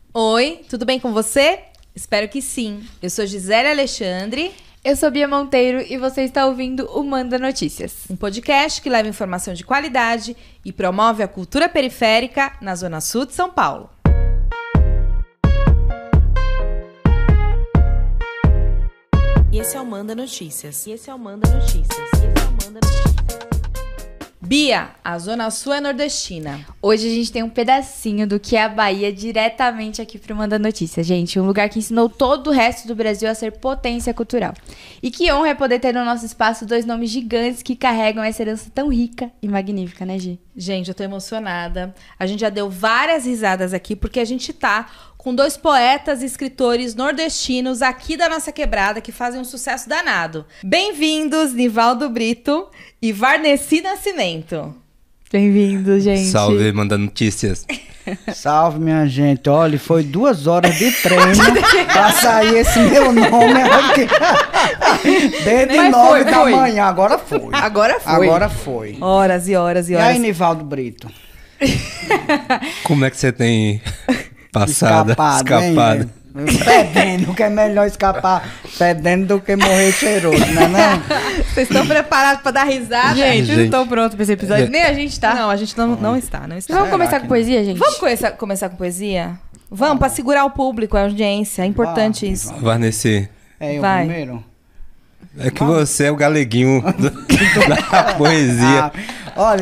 Oi, tudo bem com você? Espero que sim. Eu sou Gisele Alexandre. Eu sou Bia Monteiro e você está ouvindo o Manda Notícias. Um podcast que leva informação de qualidade e promove a cultura periférica na Zona Sul de São Paulo. E esse é o Manda Notícias. Bia, a Zona Sul é nordestina. Hoje a gente tem um pedacinho do que é a Bahia diretamente aqui pro Manda Notícias, gente. Um lugar que ensinou todo o resto do Brasil a ser potência cultural. E que honra é poder ter no nosso espaço dois nomes gigantes que carregam essa herança tão rica e magnífica, né, Gi? Gente, eu tô emocionada. A gente já deu várias risadas aqui porque a gente tá com dois poetas e escritores nordestinos aqui da nossa quebrada que fazem um sucesso danado. Bem-vindos, Nivaldo Brito e Varnesi Nascimento. Bem-vindos, gente. Salve, Manda Notícias. Salve, minha gente. Olha, foi 2 horas de treino pra sair esse meu nome aqui. Desde Mas 9 da foi. manhã. Agora foi. Agora foi. Horas e horas e E horas. aí, Nivaldo Brito? Como é que você tem passado? Escapado. Hein? Fedendo, que é melhor escapar fedendo do que morrer cheiroso, né? Não? Vocês estão preparados pra dar risada? Gente, Gente. não estão prontos pra esse episódio. Nem a gente tá. Não, a gente não está. Vamos começar com poesia, gente? Vamos começar com poesia? Vamos, pra segurar o público, a audiência. É importante Vamos. isso. Varnesi, É eu Vai. primeiro? é que você é o galeguinho da poesia. Olha,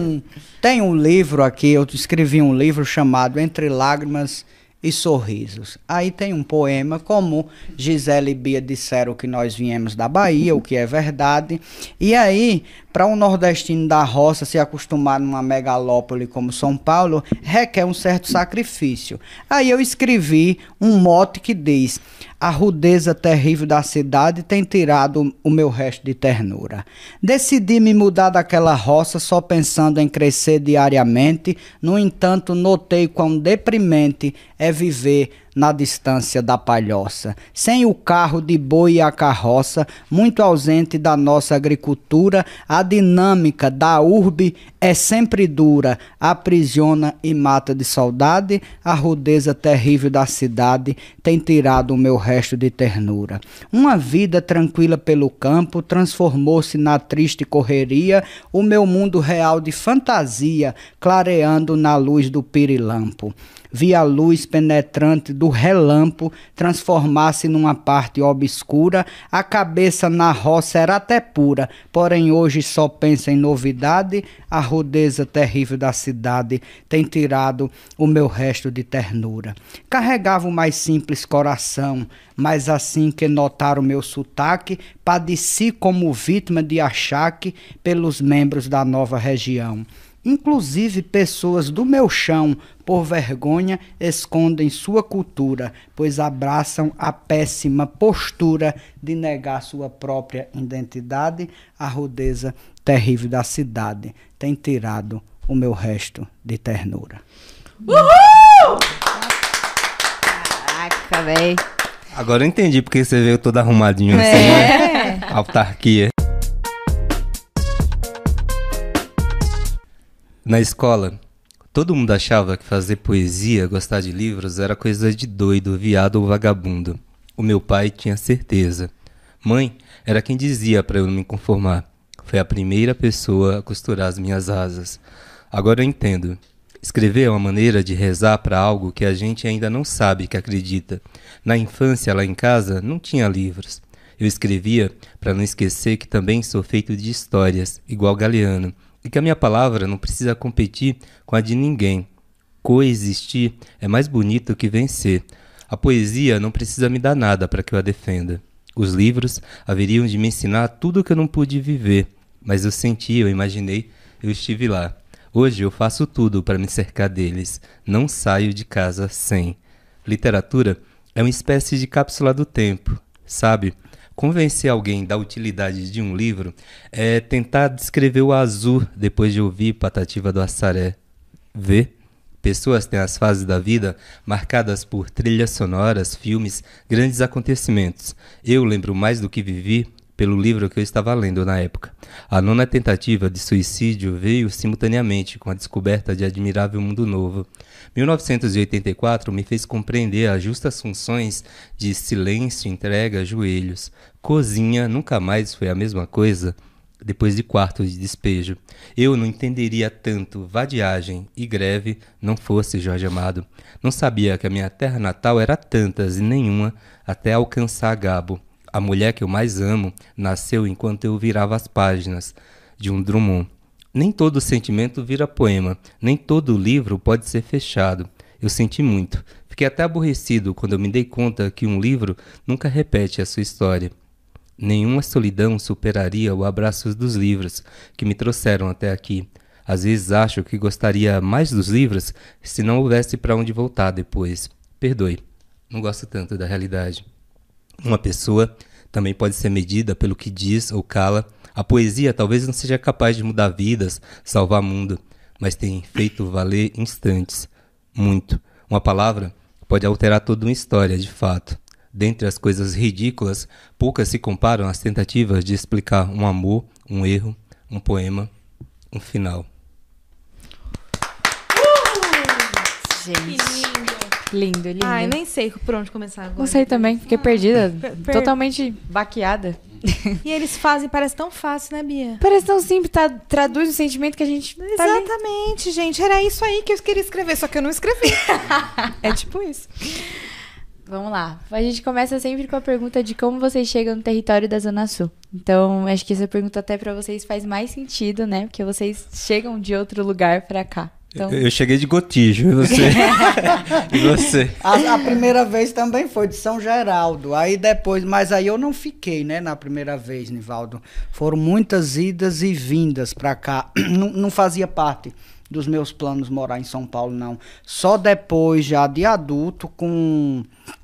tem um livro aqui, eu escrevi um livro chamado Entre Lágrimas e Sorrisos. Aí tem um poema, como Gisele e Bia disseram que nós viemos da Bahia, o que é verdade. E aí, para um nordestino da roça se acostumar numa megalópole como São Paulo, requer um certo sacrifício. Aí eu escrevi um mote que diz: a rudeza terrível da cidade tem tirado o meu resto de ternura. Decidi me mudar daquela roça só pensando em crescer diariamente. No entanto, notei quão deprimente é viver na distância da palhoça, sem o carro de boi e a carroça, muito ausente da nossa agricultura. A dinâmica da urbe é sempre dura, aprisiona e mata de saudade. A rudeza terrível da cidade tem tirado o meu resto de ternura. Uma vida tranquila pelo campo transformou-se na triste correria, o meu mundo real de fantasia clareando na luz do pirilampo. Vi a luz penetrante do relâmpago transformar-se numa parte obscura. A cabeça na roça era até pura, porém hoje só pensa em novidade. A rudeza terrível da cidade tem tirado o meu resto de ternura. Carregava o mais simples coração, mas assim que notaram meu sotaque, padeci como vítima de achaque pelos membros da nova região. Inclusive pessoas do meu chão, por vergonha, escondem sua cultura, pois abraçam a péssima postura de negar sua própria identidade. A rudeza terrível da cidade tem tirado o meu resto de ternura. Uhul! Caraca, véi. Agora eu entendi porque você veio todo arrumadinho assim, né? Autarquia. Na escola, todo mundo achava que fazer poesia, gostar de livros, era coisa de doido, viado ou vagabundo. O meu pai tinha certeza. Mãe era quem dizia para eu não me conformar. Foi a primeira pessoa a costurar as minhas asas. Agora eu entendo. Escrever é uma maneira de rezar para algo que a gente ainda não sabe que acredita. Na infância, lá em casa, não tinha livros. Eu escrevia para não esquecer que também sou feito de histórias, igual Galeano. E que a minha palavra não precisa competir com a de ninguém. Coexistir é mais bonito que vencer. A poesia não precisa me dar nada para que eu a defenda. Os livros haveriam de me ensinar tudo o que eu não pude viver. Mas eu senti, eu imaginei, eu estive lá. Hoje eu faço tudo para me cercar deles. Não saio de casa sem. Literatura é uma espécie de cápsula do tempo, sabe? Convencer alguém da utilidade de um livro é tentar descrever o azul depois de ouvir Patativa do Assaré. Vê? Pessoas têm as fases da vida marcadas por trilhas sonoras, filmes, grandes acontecimentos. Eu lembro mais do que vivi pelo livro que eu estava lendo na época. A nona tentativa de suicídio veio simultaneamente com a descoberta de Admirável Mundo Novo. 1984 me fez compreender as justas funções de silêncio, entrega, joelhos. Cozinha nunca mais foi a mesma coisa depois de Quarto de Despejo. Eu não entenderia tanto vadiagem e greve não fosse Jorge Amado. Não sabia que a minha terra natal era tantas e nenhuma até alcançar Gabo. A mulher que eu mais amo nasceu enquanto eu virava as páginas de um Drummond. Nem todo sentimento vira poema, nem todo livro pode ser fechado. Eu senti muito. Fiquei até aborrecido quando eu me dei conta que um livro nunca repete a sua história. Nenhuma solidão superaria o abraço dos livros que me trouxeram até aqui. Às vezes acho que gostaria mais dos livros se não houvesse para onde voltar depois. Perdoe, não gosto tanto da realidade. Uma pessoa também pode ser medida pelo que diz ou cala. A poesia talvez não seja capaz de mudar vidas, salvar mundo, mas tem feito valer instantes. Muito. Uma palavra pode alterar toda uma história, de fato. Dentre as coisas ridículas, poucas se comparam às tentativas de explicar um amor, um erro, um poema, um final. Gente, lindo, lindo. Ai, nem sei por onde começar agora. Não sei também, fiquei perdida, totalmente baqueada. E eles fazem, parece tão fácil, né, Bia? Parece tão simples, traduz o sentimento que a gente tá ali. Exatamente, gente. Era isso aí que eu queria escrever, só que eu não escrevi. É tipo isso. Vamos lá. A gente começa sempre com a pergunta de como vocês chegam no território da Zona Sul. Então, acho que essa pergunta até pra vocês faz mais sentido, né? Porque vocês chegam de outro lugar pra cá. Então... Eu cheguei de Gotijo, e você? E você? A primeira vez também foi de São Geraldo. Aí depois, mas aí eu não fiquei, né, na primeira vez, Nivaldo. Foram muitas idas e vindas pra cá. Não fazia parte dos meus planos morar em São Paulo, não. Só depois, já de adulto, com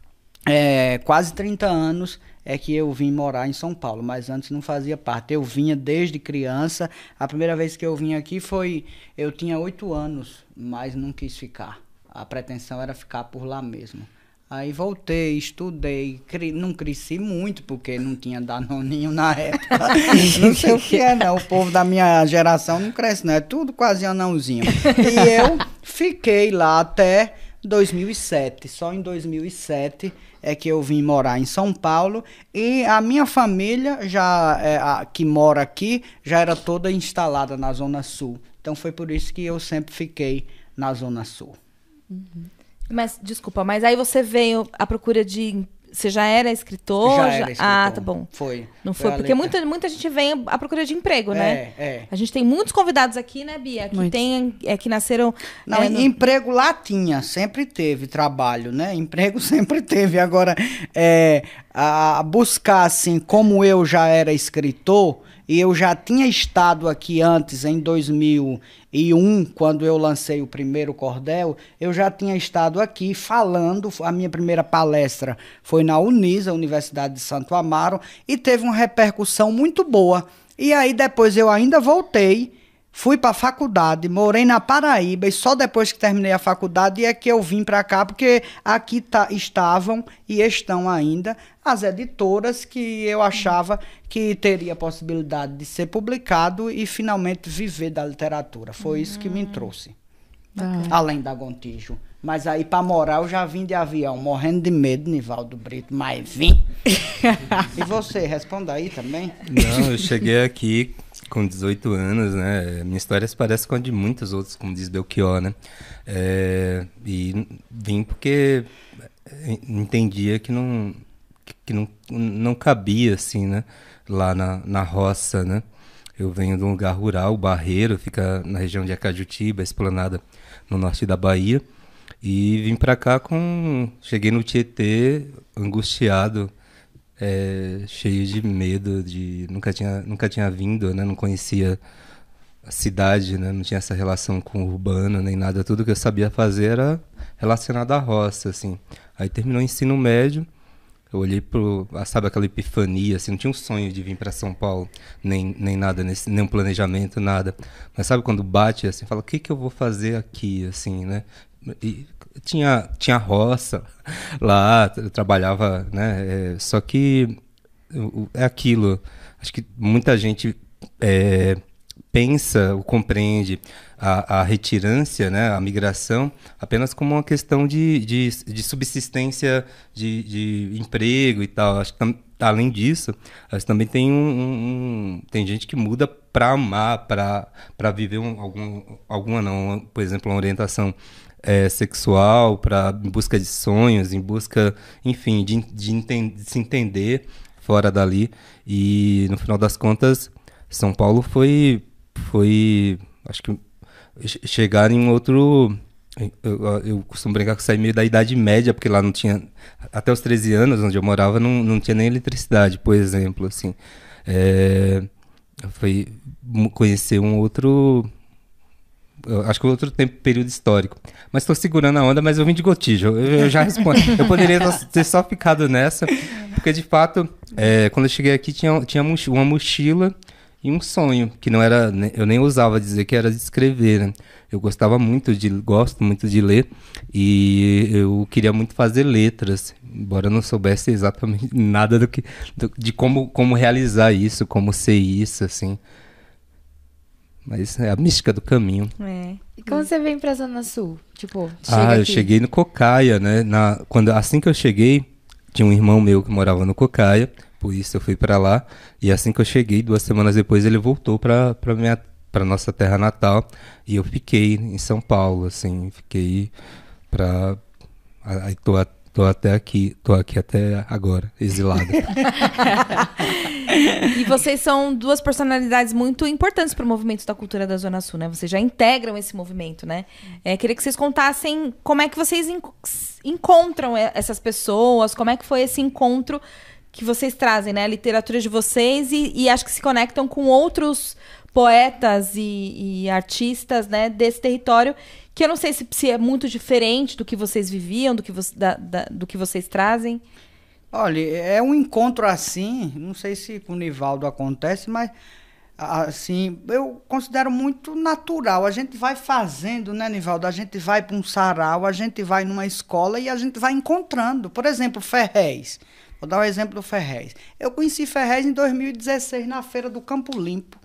quase 30 anos, é que eu vim morar em São Paulo, mas antes não fazia parte. Eu vinha desde criança. A primeira vez que eu vim aqui foi... Eu tinha 8 anos, mas não quis ficar. A pretensão era ficar por lá mesmo. Aí voltei, estudei, não cresci muito, porque não tinha danoninho na época. Não sei o que é, não. O povo da minha geração não cresce, não. É tudo quase anãozinho. E eu fiquei lá até 2007. Só em 2007 é que eu vim morar em São Paulo. E a minha família, que mora aqui, já era toda instalada na Zona Sul. Então foi por isso que eu sempre fiquei na Zona Sul. Uhum. Mas, desculpa, mas aí você veio à procura de... Você já era escritor? Já era escritor. Ah, tá bom. Foi. Não foi? Porque muita gente vem à procura de emprego, né? A gente tem muitos convidados aqui, né, Bia? Que nasceram... Não, emprego lá tinha, sempre teve trabalho, né? Emprego sempre teve. Agora, a buscar, assim, como eu já era escritor... E eu já tinha estado aqui antes, em 2001, quando eu lancei o primeiro cordel, eu já tinha estado aqui falando. A minha primeira palestra foi na Unisa, Universidade de Santo Amaro, e teve uma repercussão muito boa. E aí depois eu ainda voltei, fui para a faculdade, morei na Paraíba, e só depois que terminei a faculdade é que eu vim para cá, porque aqui estavam e estão ainda as editoras que eu achava que teria possibilidade de ser publicado e finalmente viver da literatura. Foi isso que me trouxe. Além da Gontijo. Mas aí para morar eu já vim de avião, morrendo de medo, Nivaldo Brito, mas vim. E você, responda aí também? Não, eu cheguei aqui com 18 anos, né? Minha história se parece com a de muitos outros, como diz Belchior, né? E vim porque entendia que não cabia, assim, né? Lá na roça, né? Eu venho de um lugar rural, Barreiro, fica na região de Acajutiba, Esplanada, no norte da Bahia. E vim pra cá cheguei no Tietê, angustiado, cheio de medo, nunca tinha vindo, né? Não conhecia a cidade, né? Não tinha essa relação com o urbano, nem nada. Tudo que eu sabia fazer era relacionado à roça, assim. Aí terminou o ensino médio, eu olhei sabe aquela epifania, assim, não tinha um sonho de vir para São Paulo, nem nada, nem um planejamento, nada. Mas sabe quando bate, assim, fala, o que eu vou fazer aqui, assim, né? E tinha roça lá, eu trabalhava, né? Só que é aquilo. Acho que muita gente pensa ou compreende a retirância, né, a migração, apenas como uma questão de subsistência, de emprego e tal. Acho que além disso, acho que também tem gente que muda para amar, para viver por exemplo, uma orientação sexual, em busca de sonhos, em busca, enfim, de se entender fora dali. E no final das contas, São Paulo foi acho que chegar em outro. Eu costumo brincar que saí meio da Idade Média, porque lá não tinha, até os 13 anos onde eu morava, não tinha nem eletricidade, por exemplo, assim. Foi conhecer um outro, acho que outro período histórico. Mas estou segurando a onda, mas eu vim de Gotijo, eu já respondo. Eu poderia ter só ficado nessa, porque de fato, quando eu cheguei aqui tinha uma mochila e um sonho, que não era, eu nem ousava dizer que era de escrever, né? Eu gosto muito de ler, e eu queria muito fazer letras, embora eu não soubesse exatamente nada de como realizar isso, como ser isso, assim. Mas é a mística do caminho. E como você vem pra Zona Sul? Tipo, eu cheguei no Cocaia, né? Assim que eu cheguei, tinha um irmão meu que morava no Cocaia, por isso eu fui pra lá. E assim que eu cheguei, 2 semanas depois, ele voltou pra nossa terra natal. E eu fiquei em São Paulo, assim, aí tô até aqui, tô aqui até agora, exilado. E vocês são 2 personalidades muito importantes para o movimento da cultura da Zona Sul, né? Vocês já integram esse movimento, né? Queria que vocês contassem como é que vocês encontram essas pessoas, como é que foi esse encontro que vocês trazem, né? A literatura de vocês e acho que se conectam com outros poetas e artistas, né, desse território, que eu não sei se é muito diferente do que vocês viviam, do que vocês trazem. Olha, é um encontro assim, não sei se com o Nivaldo acontece, mas assim, eu considero muito natural. A gente vai fazendo, né, Nivaldo? A gente vai para um sarau, a gente vai numa escola e a gente vai encontrando. Por exemplo, Ferrez. Vou dar um exemplo do Ferrez. Eu conheci Ferrez em 2016, na Feira do Campo Limpo,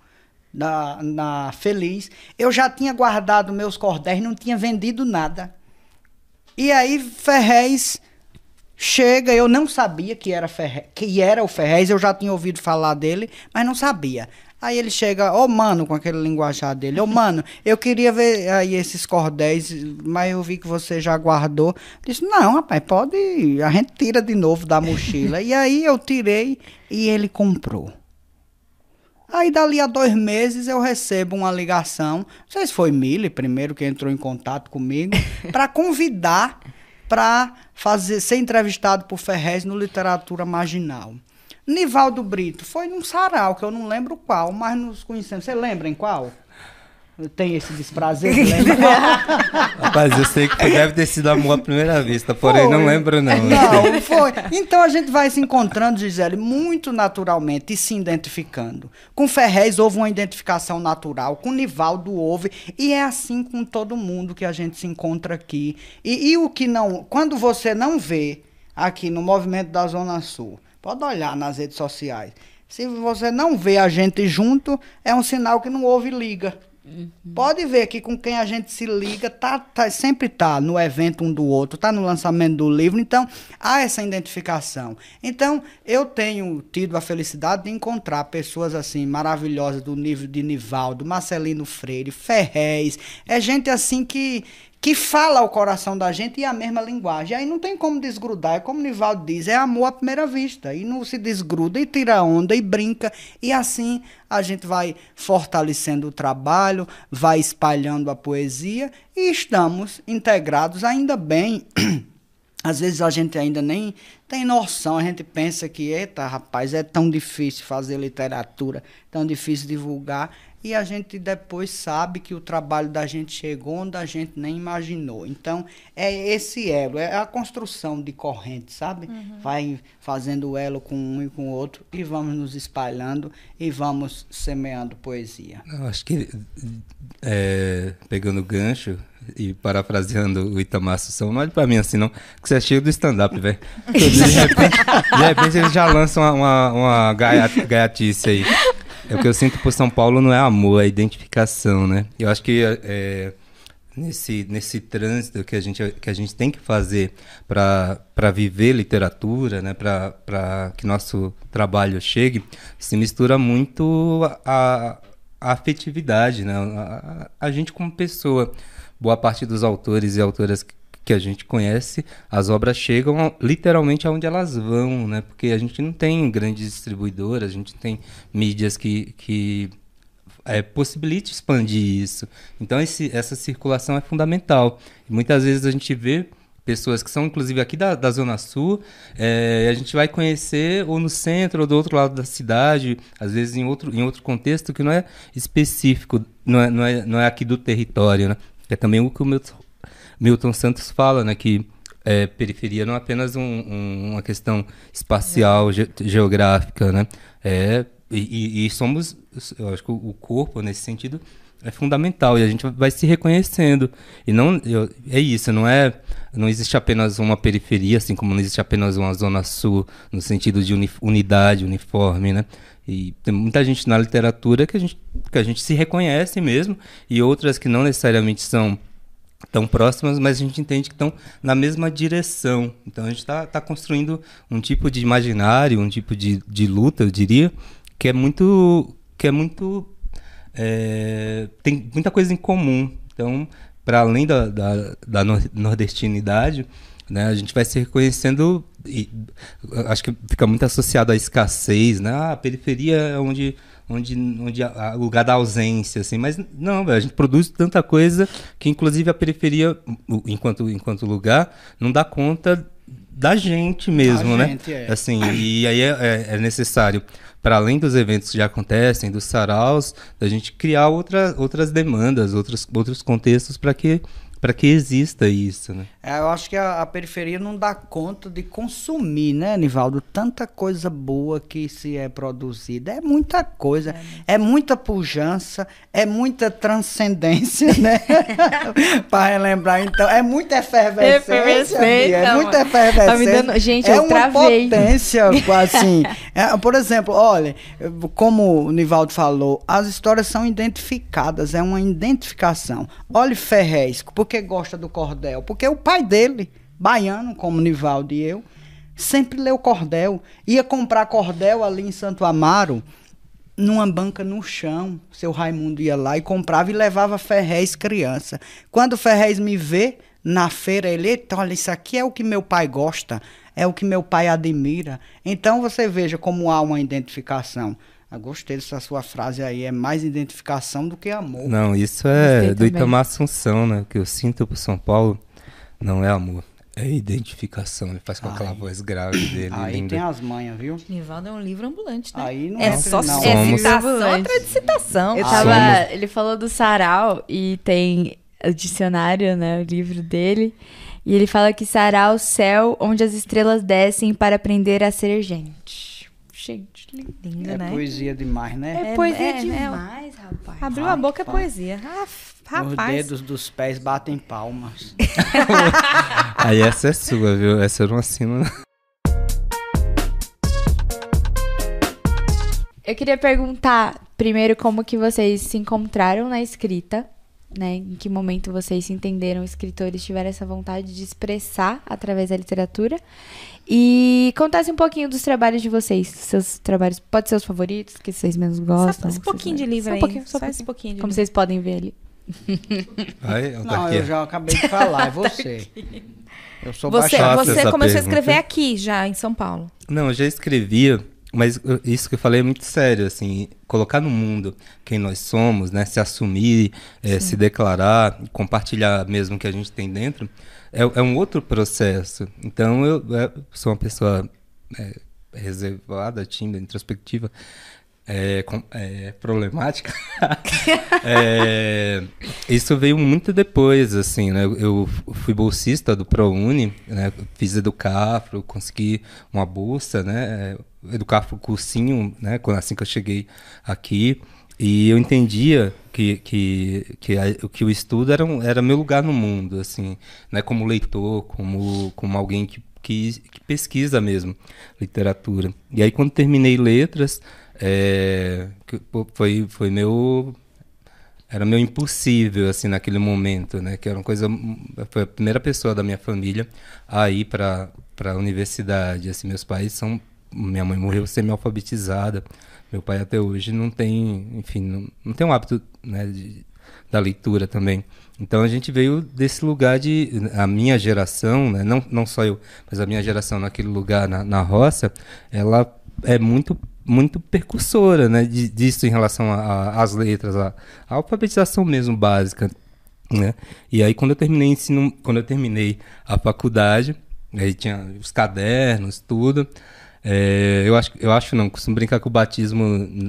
na Feliz. Eu já tinha guardado meus cordéis, não tinha vendido nada. E aí Ferrez chega, eu não sabia que era o Ferrez, eu já tinha ouvido falar dele, mas não sabia. Aí ele chega, mano, com aquele linguajar dele, mano, eu queria ver aí esses cordéis, mas eu vi que você já guardou. Disse, não, rapaz, pode ir, a gente tira de novo da mochila. E aí eu tirei e ele comprou. Aí dali a 2 meses eu recebo uma ligação, não sei se foi Mili primeiro que entrou em contato comigo, para convidar para ser entrevistado por Ferrez no Literatura Marginal. Nivaldo Brito foi num sarau, que eu não lembro qual, mas nos conhecemos. Você lembra em qual? Tem esse desprazer de lembrar? Rapaz, eu sei que deve ter sido amor à primeira vista, porém não lembro não. Não, foi. Então a gente vai se encontrando, Gisele, muito naturalmente e se identificando. Com Ferrez houve uma identificação natural, com Nivaldo houve, e é assim com todo mundo que a gente se encontra aqui. E o que não, quando você não vê aqui no movimento da Zona Sul, pode olhar nas redes sociais, se você não vê a gente junto, é um sinal que não houve liga. Pode ver que com quem a gente se liga sempre tá no evento um do outro, tá no lançamento do livro, então há essa identificação. Então eu tenho tido a felicidade de encontrar pessoas assim maravilhosas do nível de Nivaldo, Marcelino Freire, Ferrez, é gente assim que fala ao coração da gente e a mesma linguagem. Aí não tem como desgrudar, é como o Nivaldo diz, é amor à primeira vista. E não se desgruda, e tira onda, e brinca. E assim a gente vai fortalecendo o trabalho, vai espalhando a poesia e estamos integrados, ainda bem. Às vezes a gente ainda nem tem noção, a gente pensa que, eita, rapaz, é tão difícil fazer literatura, tão difícil divulgar. e a gente depois sabe que o trabalho da gente chegou onde a gente nem imaginou. Então, é esse elo, é a construção de corrente, sabe? Vai fazendo elo com um e com o outro e vamos nos espalhando e vamos semeando poesia. Eu acho que, pegando o gancho e parafraseando o Itamar Assunção, não olhe pra mim assim não, que você é cheio do stand-up, velho. De repente eles já lançam uma gaiatice aí. O que eu sinto por São Paulo não é amor, é identificação, né? Eu acho que nesse trânsito que a gente tem que fazer para viver literatura, né? Para que nosso trabalho chegue, se mistura muito a afetividade, né? A gente como pessoa. Boa parte dos autores e autoras que a gente conhece, as obras chegam literalmente aonde elas vão, né? Porque a gente não tem grandes distribuidoras, a gente não tem mídias que possibilite expandir isso. Então essa circulação é fundamental. E muitas vezes a gente vê pessoas que são inclusive aqui da Zona Sul, a gente vai conhecer ou no centro ou do outro lado da cidade, às vezes em outro contexto que não é específico, não é aqui do território, né? É também o que o Milton Santos fala, né? Que periferia não é apenas uma questão espacial, geográfica, né? E somos, eu acho que o corpo, nesse sentido, é fundamental. E a gente vai se reconhecendo. E é isso, não existe apenas uma periferia, assim como não existe apenas uma zona sul, no sentido de unidade, uniforme, né? E tem muita gente na literatura que a gente se reconhece mesmo, e outras que não necessariamente são tão próximas, mas a gente entende que estão na mesma direção. Então a gente está construindo um tipo de imaginário, um tipo de luta, eu diria, que é muito tem muita coisa em comum. Então, para além da nordestinidade, né, a gente vai se reconhecendo, e acho que fica muito associado à escassez, né? A periferia é onde o lugar da ausência, assim, mas não, a gente produz tanta coisa que inclusive a periferia, enquanto lugar, não dá conta da gente mesmo, né? Assim, e aí é necessário, para além dos eventos que já acontecem, dos saraus, a gente criar outras demandas, outros contextos para que exista isso, né? Eu acho que a periferia não dá conta de consumir, né, Nivaldo? Tanta coisa boa que se é produzida. É muita coisa. É muita pujança, é muita transcendência, né? Para relembrar, então. É muita efervescência. É muita efervescência. Tá me dando... Gente, é eu travei. uma potência, assim. Por exemplo, olha, como o Nivaldo falou, as histórias são identificadas, é uma identificação. Olha Ferrez, porque gosta do cordel? Porque o pai dele, baiano, como Nivaldo e eu, sempre leu cordel. Ia comprar cordel ali em Santo Amaro, numa banca no chão. Seu Raimundo ia lá e comprava e levava Ferrez criança. Quando o Ferrez me vê na feira, ele, olha, isso aqui é o que meu pai gosta, é o que meu pai admira. Então você veja como há uma identificação. Eu gostei dessa sua frase aí, é mais identificação do que amor. Não, isso é do Itamar Assunção, né? O que eu sinto por São Paulo não é amor, é identificação. Ele faz com aquela voz grave dele. Aí linda. Tem as manhas, viu? Nivaldo é um livro ambulante, né? Aí não só não. citação atrás de citação. Ele falou do sarau e tem o dicionário, né? O livro dele. E ele fala que sarau é o céu onde as estrelas descem para aprender a ser gente. Gente, lindo, né? É poesia demais, né? É poesia demais, rapaz. Abriu a boca, é poesia. Rapaz. Os dedos dos pés batem palmas. Aí essa é sua, viu? Essa eu não assino. Eu queria perguntar, primeiro, como que vocês se encontraram na escrita, né? Em que momento vocês se entenderam escritores, tiveram essa vontade de expressar através da literatura. E contasse um pouquinho dos trabalhos de vocês. Seus trabalhos, pode ser os favoritos, que vocês menos gostam. Só um pouquinho de livro aí. Só esse pouquinho de Como livro. vocês podem ver ali. Não, eu já acabei de falar, é você. Eu sou Você essa começou a escrever pergunta. aqui já, em São Paulo. Não, eu já escrevia, mas isso que eu falei é muito sério, assim, colocar no mundo quem nós somos, né, se assumir, se declarar, compartilhar mesmo o que a gente tem dentro, é um outro processo. Então eu sou uma pessoa reservada, tímida, introspectiva, problemática. Isso veio muito depois, assim, né? Eu fui bolsista do ProUni, né? Fiz Educafro, consegui uma bolsa, né? Educafro cursinho, né? Assim que eu cheguei aqui. E eu entendia que o estudo era meu lugar no mundo, assim, né? Como leitor, como alguém que pesquisa mesmo literatura. E aí, quando terminei letras, era meu impossível, assim, naquele momento, né? Que era uma coisa... Foi a primeira pessoa da minha família a ir para a universidade. Assim, minha mãe morreu semi-alfabetizada. Meu pai até hoje não tem... Enfim, não tem um hábito, né, da leitura também. Então, a gente veio desse lugar a minha geração, né? Não só eu, mas a minha geração naquele lugar, na roça, ela é muito percursora, né, disso em relação às letras, à alfabetização mesmo básica, né? E aí quando eu terminei a faculdade, aí tinha os cadernos, tudo. Eu acho não, costumo brincar que o batismo,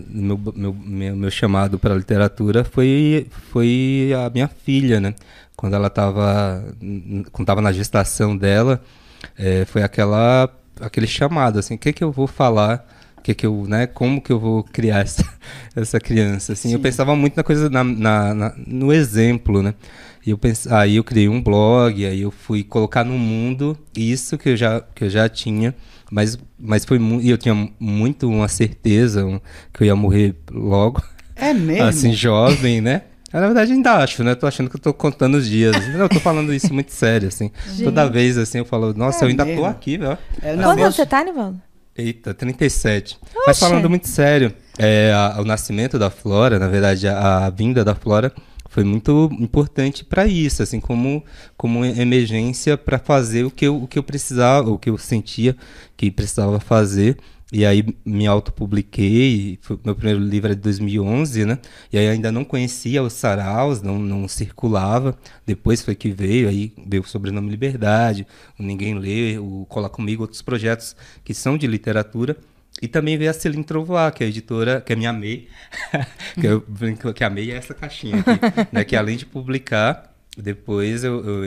meu chamado para a literatura foi a minha filha, né? Quando ela estava na gestação dela, foi aquele chamado, assim, o que eu vou falar, né, como que eu vou criar essa criança, assim. Sim. Eu pensava muito na coisa, no exemplo, né, e aí eu criei um blog, aí eu fui colocar no mundo isso que eu já tinha, mas e eu tinha muito uma certeza que eu ia morrer logo. É mesmo? Assim, jovem, né. Na verdade, ainda acho, né? Tô achando que eu tô contando os dias. Não, eu tô falando isso muito sério, assim. Gente. Toda vez, assim, eu falo, nossa, eu ainda tô aqui, velho. Quantos anos você tá, Nivaldo? Eita, 37. Oxe. Mas falando muito sério, o nascimento da Flora, na verdade, a vinda da Flora foi muito importante para isso, assim, como emergência para fazer o que eu precisava, o que eu sentia que precisava fazer. E aí me autopubliquei, meu primeiro livro é de 2011, né? E aí ainda não conhecia os saraus, não circulava. Depois foi que aí veio o Sobrenome Liberdade, o Ninguém Lê, o Cola Comigo, outros projetos que são de literatura. E também veio a Selim Trovoar, que é a editora, que é minha MEI, que eu brinco que a MEI é essa caixinha aqui, né? Que além de publicar, depois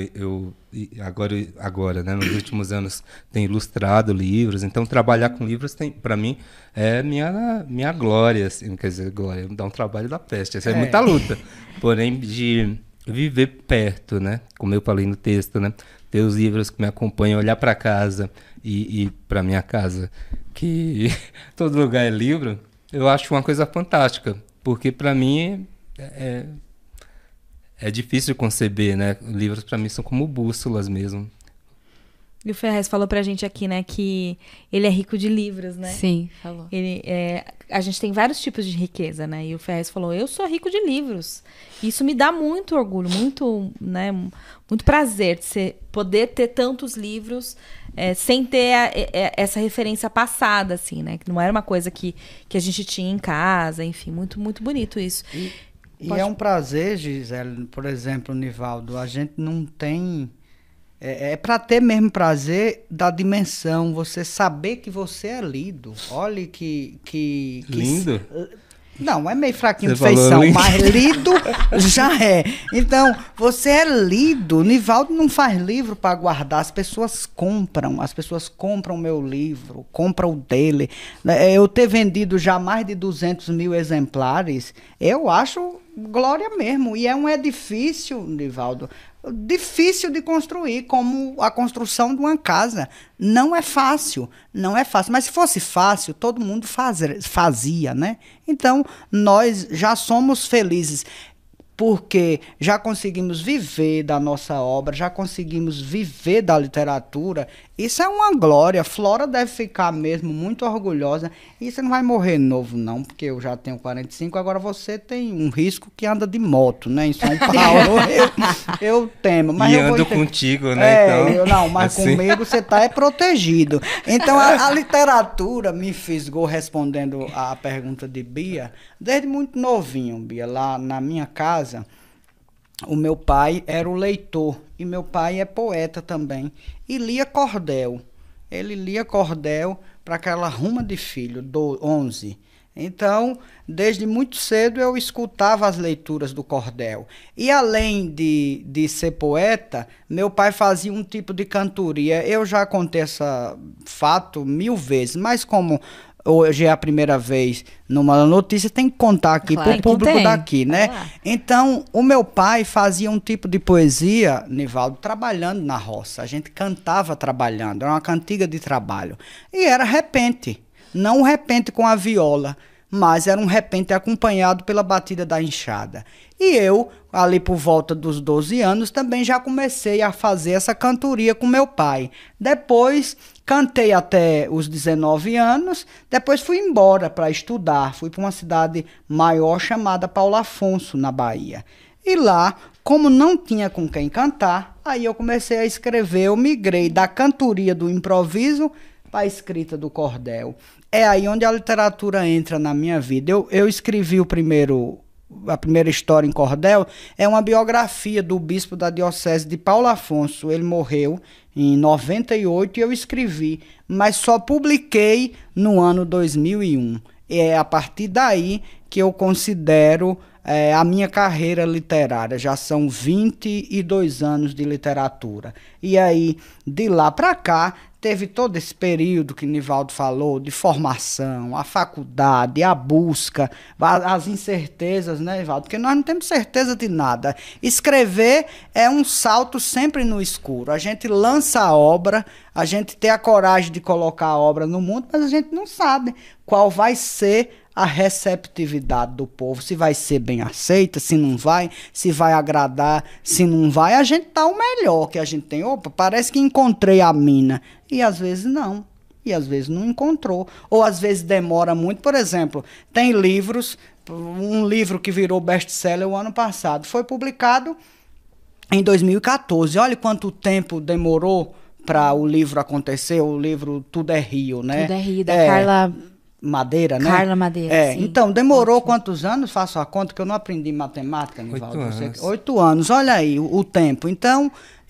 agora, né, nos últimos anos, tenho ilustrado livros. Então, trabalhar com livros, para mim, é minha glória, assim, quer dizer, glória, dá um trabalho da peste, essa é muita luta. Porém, de viver perto, né, como eu falei no texto, né, ter os livros que me acompanham, olhar para casa e para minha casa, que todo lugar é livro, eu acho uma coisa fantástica, porque para mim é difícil conceber, né? Livros para mim são como bússolas mesmo. E o Ferrez falou pra gente aqui, né, que ele é rico de livros, né? Sim, falou. A gente tem vários tipos de riqueza, né? E o Ferrez falou, eu sou rico de livros. Isso me dá muito orgulho, muito prazer de poder ter tantos livros sem ter essa referência passada, assim, né? Que não era uma coisa que a gente tinha em casa, enfim, muito, muito bonito isso. E é um prazer, Gisele, por exemplo, Nivaldo, a gente não tem... É para ter mesmo prazer da dimensão, você saber que você é lido. Olha que lindo? Não, é meio fraquinho de feição, mas lido já é. Então, você é lido. Nivaldo não faz livro para guardar, as pessoas compram meu livro, compram o dele. Eu ter vendido já mais de 200 mil exemplares, eu acho glória mesmo. E é um edifício, Nivaldo, difícil de construir, como a construção de uma casa. Não é fácil, mas se fosse fácil, todo mundo fazia, né? Então, nós já somos felizes, porque já conseguimos viver da nossa obra, já conseguimos viver da literatura. Isso é uma glória. Flora deve ficar mesmo muito orgulhosa. E você não vai morrer novo, não, porque eu já tenho 45, agora você tem um risco que anda de moto, né, em São Paulo. eu temo. Mas e eu ando contigo, né? Então, mas assim... comigo você está protegido. Então, a literatura me fisgou, respondendo à pergunta de Bia, desde muito novinho, Bia, lá na minha casa. O meu pai era o leitor, e meu pai é poeta também, e lia cordel. Ele lia cordel para aquela ruma de filho, 11. Então, desde muito cedo eu escutava as leituras do cordel. E além de ser poeta, meu pai fazia um tipo de cantoria. Eu já contei esse fato 1000 vezes, mas como hoje é a primeira vez numa notícia, tem que contar aqui Claro para o público tem. daqui, né? Vai lá. Então, o meu pai fazia um tipo de poesia, Nivaldo, trabalhando na roça. A gente cantava trabalhando, era uma cantiga de trabalho. E era repente, não um repente com a viola, mas era um repente acompanhado pela batida da enxada. E eu, ali por volta dos 12 anos, também já comecei a fazer essa cantoria com meu pai. Depois, cantei até os 19 anos, depois fui embora para estudar. Fui para uma cidade maior chamada Paulo Afonso, na Bahia. E lá, como não tinha com quem cantar, aí eu comecei a escrever. Eu migrei da cantoria do improviso para a escrita do cordel. É aí onde a literatura entra na minha vida. Eu escrevi a primeira história em cordel, é uma biografia do bispo da diocese de Paulo Afonso. Ele morreu em 98 e eu escrevi, mas só publiquei no ano 2001. É a partir daí que eu considero a minha carreira literária. Já são 22 anos de literatura. E aí, de lá para cá, teve todo esse período que Nivaldo falou, de formação, a faculdade, a busca, as incertezas, né, Nivaldo? Porque nós não temos certeza de nada. Escrever é um salto sempre no escuro. A gente lança a obra, a gente tem a coragem de colocar a obra no mundo, mas a gente não sabe qual vai ser a receptividade do povo, se vai ser bem aceita, se não vai, se vai agradar, se não vai, a gente dá o melhor que a gente tem. Opa, parece que encontrei a mina. E às vezes não. E às vezes não encontrou. Ou às vezes demora muito. Por exemplo, tem livros, um livro que virou best-seller o ano passado, foi publicado em 2014. Olha quanto tempo demorou para o livro acontecer, o livro Tudo é Rio, né? Tudo é Rio, da Carla Madeira, né? Carla Madeira, sim. Então, demorou quantos anos? Faço a conta que eu não aprendi matemática, Nivaldo. 8 anos. 8 anos, olha aí o tempo. Então,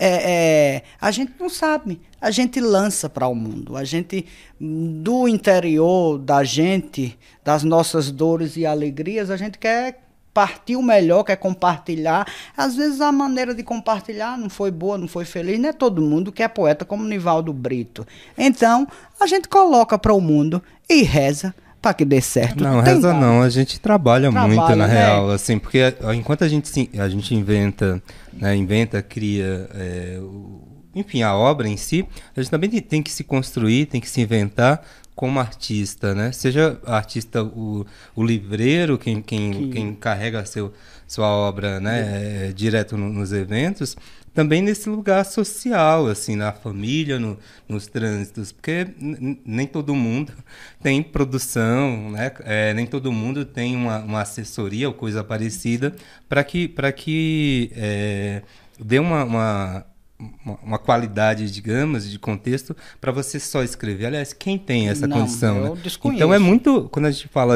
a gente não sabe. A gente lança para o mundo. A gente, do interior da gente, das nossas dores e alegrias, a gente quer partir o melhor, quer compartilhar. Às vezes a maneira de compartilhar não foi boa, não foi feliz. Não é todo mundo que é poeta como Nivaldo Brito. Então, a gente coloca para o mundo e reza para que dê certo. Não, reza não, a gente trabalha muito, na real, assim, porque enquanto a gente inventa, né, cria, enfim, a obra em si, a gente também tem que se construir, tem que se inventar como artista, né? Seja artista o livreiro, quem carrega sua obra, né, direto nos eventos, também nesse lugar social, assim, na família, nos trânsitos, porque nem todo mundo tem produção, né? Nem todo mundo tem uma assessoria ou coisa parecida para que dê uma qualidade, digamos, de contexto para você só escrever. Aliás, quem tem essa condição? Eu desconheço. Então é muito, quando a gente fala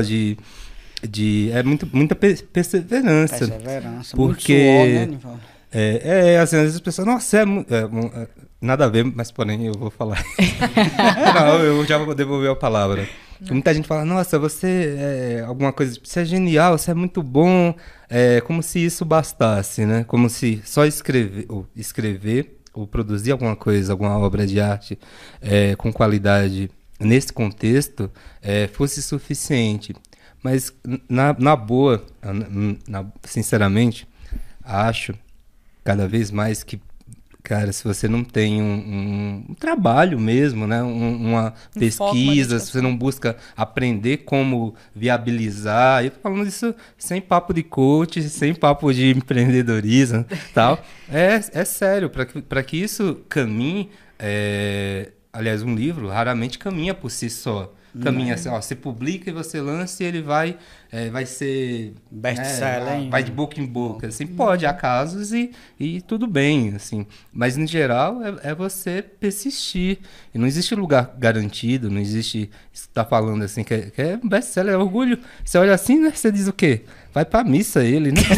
é muita perseverança. Perseverança, porque muito suor, né, Nivaldo? Assim, às vezes as pessoas, nossa, nada a ver, mas porém eu vou falar. Não, eu já vou devolver a palavra. Muita gente fala, nossa, você alguma coisa, você é genial, você é muito bom, como se isso bastasse, né? Como se só escrever ou produzir alguma coisa, alguma obra de arte com qualidade nesse contexto fosse suficiente. Mas na boa, sinceramente, acho cada vez mais que, cara, se você não tem um trabalho mesmo, né? Uma pesquisa, se você não busca aprender como viabilizar, eu tô falando isso sem papo de coach, sem papo de empreendedorismo, tal. É sério, para que isso caminhe, aliás, um livro raramente caminha por si só. Caminha assim, ó, você publica e você lança e ele vai ser best-seller, vai de boca em boca, assim, pode, há casos e tudo bem, assim, mas em geral é você persistir, e não existe lugar garantido, não existe, você tá falando assim, que é best-seller, é orgulho, você olha assim, né, você diz o quê? Vai pra missa ele, né?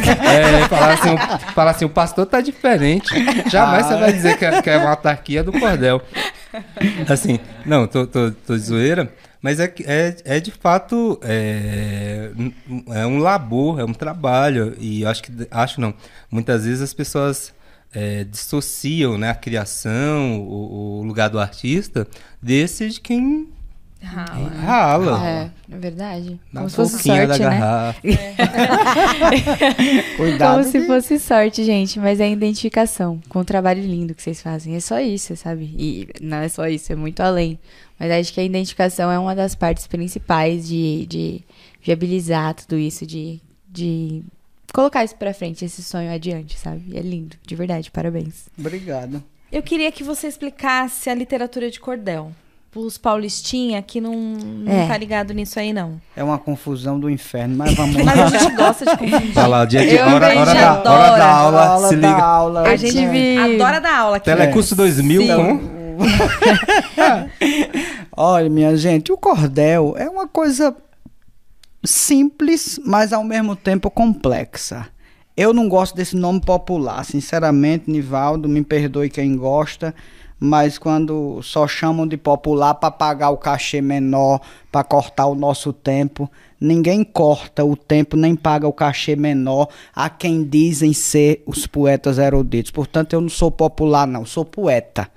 Falar assim, o pastor tá diferente, jamais você vai dizer que é uma autarquia do cordel. Assim, não, tô de zoeira, Mas é de fato um labor, é um trabalho. E acho não. Muitas vezes as pessoas dissociam, né, a criação, o lugar do artista, desse de quem rala. É verdade. Na Como se fosse boquinha sorte, da né? garrafa. Cuidado. Como se fosse sorte, gente. Mas é a identificação com o trabalho lindo que vocês fazem. É só isso, sabe? E não é só isso, é muito além. Mas acho que a identificação é uma das partes principais de viabilizar tudo isso, de colocar isso pra frente, esse sonho adiante, sabe? É lindo, de verdade. Parabéns. Obrigado. Eu queria que você explicasse a literatura de cordel. Os paulistinha que não tá ligado nisso aí, não. É uma confusão do inferno, mas vamos lá. Mas a gente gosta de confundir. Vai lá, dia de Eu hora também da adoro. aula, se liga. aula. A gente Adora dar aula aqui. Telecurso 2000, Sim. com... Olha, minha gente, o cordel é uma coisa simples, mas ao mesmo tempo complexa. Eu não gosto desse nome popular, sinceramente, Nivaldo, me perdoe quem gosta, mas quando só chamam de popular para pagar o cachê menor, para cortar o nosso tempo, ninguém corta o tempo nem paga o cachê menor a quem dizem ser os poetas eruditos. Portanto, eu não sou popular, não, sou poeta.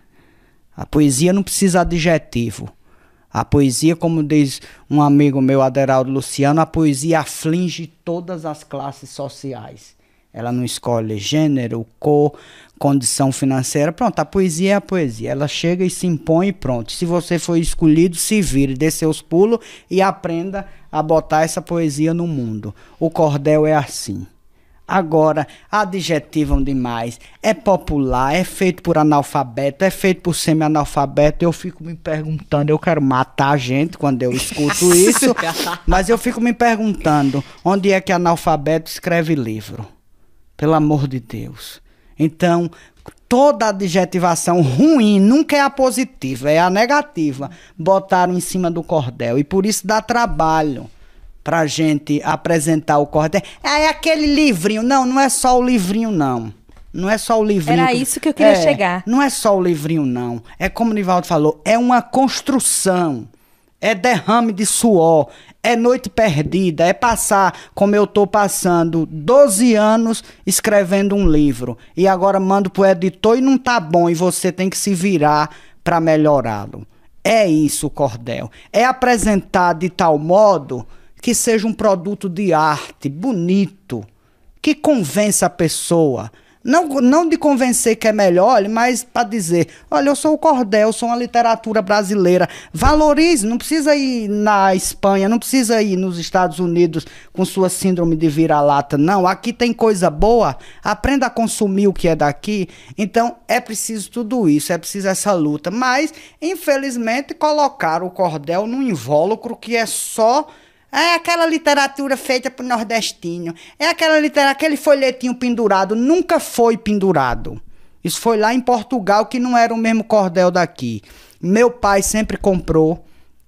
A poesia não precisa de adjetivo. A poesia, como diz um amigo meu, Aderaldo Luciano, a poesia aflige todas as classes sociais. Ela não escolhe gênero, cor, condição financeira. Pronto, a poesia é a poesia. Ela chega e se impõe e pronto. Se você for escolhido, se vire, dê seus pulos e aprenda a botar essa poesia no mundo. O cordel é assim. Agora, adjetivam demais. É popular, é feito por analfabeto, é feito por semi-analfabeto. Eu fico me perguntando, eu quero matar a gente quando eu escuto isso, mas eu fico me perguntando, onde é que analfabeto escreve livro? Pelo amor de Deus. Então, toda adjetivação ruim nunca é a positiva, é a negativa. Botaram em cima do cordel e por isso dá trabalho pra gente apresentar o cordel. É aquele livrinho. Não, não é só o livrinho, não. Não é só o livrinho. Era isso que eu queria chegar. Não é só o livrinho, não. É como o Nivaldo falou, é uma construção. É derrame de suor. É noite perdida. É passar, como eu tô passando, 12 anos escrevendo um livro. E agora mando pro editor e não tá bom. E você tem que se virar pra melhorá-lo. É isso o cordel. É apresentar de tal modo que seja um produto de arte, bonito, que convença a pessoa. Não de convencer que é melhor, mas para dizer, olha, eu sou o cordel, eu sou uma literatura brasileira. Valorize, não precisa ir na Espanha, não precisa ir nos Estados Unidos com sua síndrome de vira-lata, não. Aqui tem coisa boa, aprenda a consumir o que é daqui. Então, é preciso tudo isso, é preciso essa luta. Mas, infelizmente, colocaram o cordel num invólucro que é só... É aquela literatura feita por nordestino. É aquele folhetinho pendurado. Nunca foi pendurado. Isso foi lá em Portugal, que não era o mesmo cordel daqui. Meu pai sempre comprou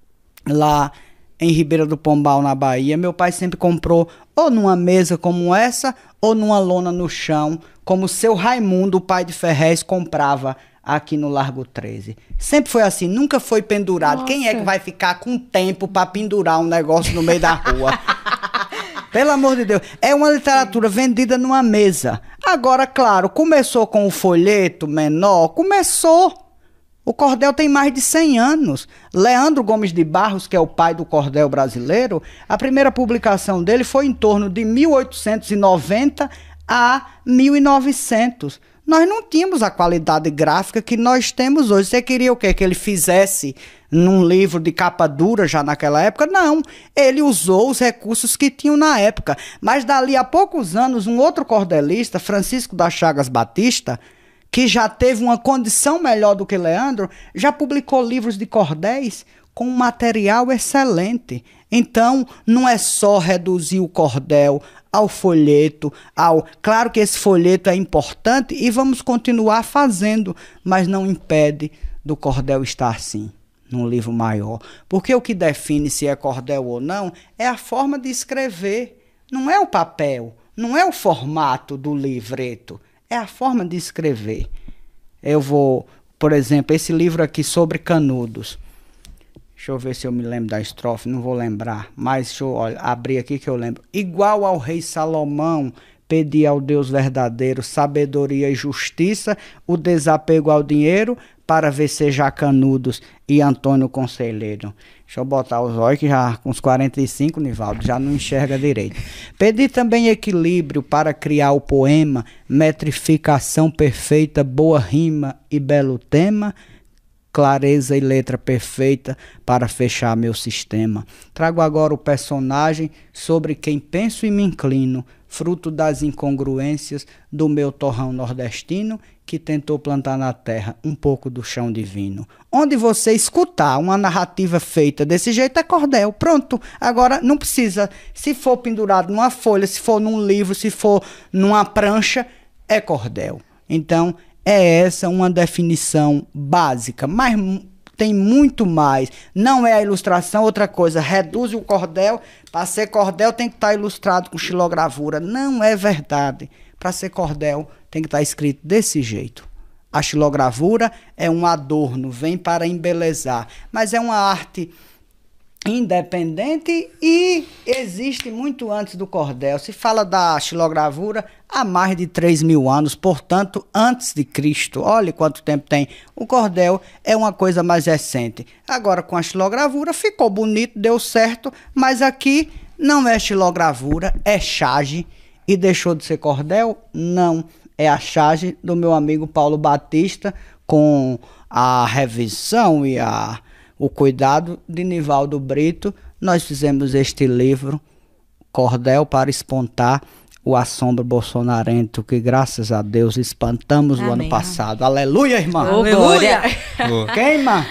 lá em Ribeira do Pombal, na Bahia. Meu pai sempre comprou ou numa mesa como essa, ou numa lona no chão, como o seu Raimundo, o pai de Ferrez, comprava aqui no Largo 13. Sempre foi assim, nunca foi pendurado. Nossa. Quem é que vai ficar com tempo para pendurar um negócio no meio da rua? Pelo amor de Deus. É uma literatura vendida numa mesa. Agora, claro, começou com o folheto menor, começou. O cordel tem mais de 100 anos. Leandro Gomes de Barros, que é o pai do cordel brasileiro, a primeira publicação dele foi em torno de 1890 a 1900. Nós não tínhamos a qualidade gráfica que nós temos hoje. Você queria o quê? Que ele fizesse num livro de capa dura já naquela época? Não. Ele usou os recursos que tinham na época. Mas dali a poucos anos, um outro cordelista, Francisco das Chagas Batista, que já teve uma condição melhor do que Leandro, já publicou livros de cordéis com um material excelente. Então, não é só reduzir o cordel ao folheto, Claro que esse folheto é importante e vamos continuar fazendo, mas não impede do cordel estar assim, num livro maior. Porque o que define se é cordel ou não é a forma de escrever, não é o papel, não é o formato do livreto, é a forma de escrever. Eu vou, por exemplo, esse livro aqui sobre Canudos. Deixa eu ver se eu me lembro da estrofe, não vou lembrar. Mas deixa eu abrir aqui que eu lembro. Igual ao rei Salomão, pedi ao Deus verdadeiro sabedoria e justiça, o desapego ao dinheiro, para Vecejar Canudos e Antônio Conselheiro. Deixa eu botar os olhos que já com os 45, Nivaldo, já não enxerga direito. Pedi também equilíbrio para criar o poema, metrificação perfeita, boa rima e belo tema, clareza e letra perfeita para fechar meu sistema. Trago agora o personagem sobre quem penso e me inclino, fruto das incongruências do meu torrão nordestino, que tentou plantar na terra um pouco do chão divino. Onde você escutar uma narrativa feita desse jeito é cordel, pronto. Agora não precisa, se for pendurado numa folha, se for num livro, se for numa prancha, é cordel. Então é essa uma definição básica, mas tem muito mais. Não é a ilustração, outra coisa, reduz o cordel, para ser cordel tem que estar ilustrado com xilogravura. Não é verdade. Para ser cordel tem que estar escrito desse jeito. A xilogravura é um adorno, vem para embelezar, mas é uma arte independente e existe muito antes do cordel. Se fala da xilogravura há mais de 3.000 anos, portanto, antes de Cristo. Olha quanto tempo tem. O cordel é uma coisa mais recente. Agora, com a xilogravura, ficou bonito, deu certo, mas aqui não é xilogravura, é charge. E deixou de ser cordel? Não. É a charge do meu amigo Paulo Batista, com a revisão e o cuidado de Nivaldo Brito. Nós fizemos este livro, Cordel para Espantar o Assombro Bolsonarento, que graças a Deus espantamos no ano passado. Aleluia, irmã! Aleluia! Queima!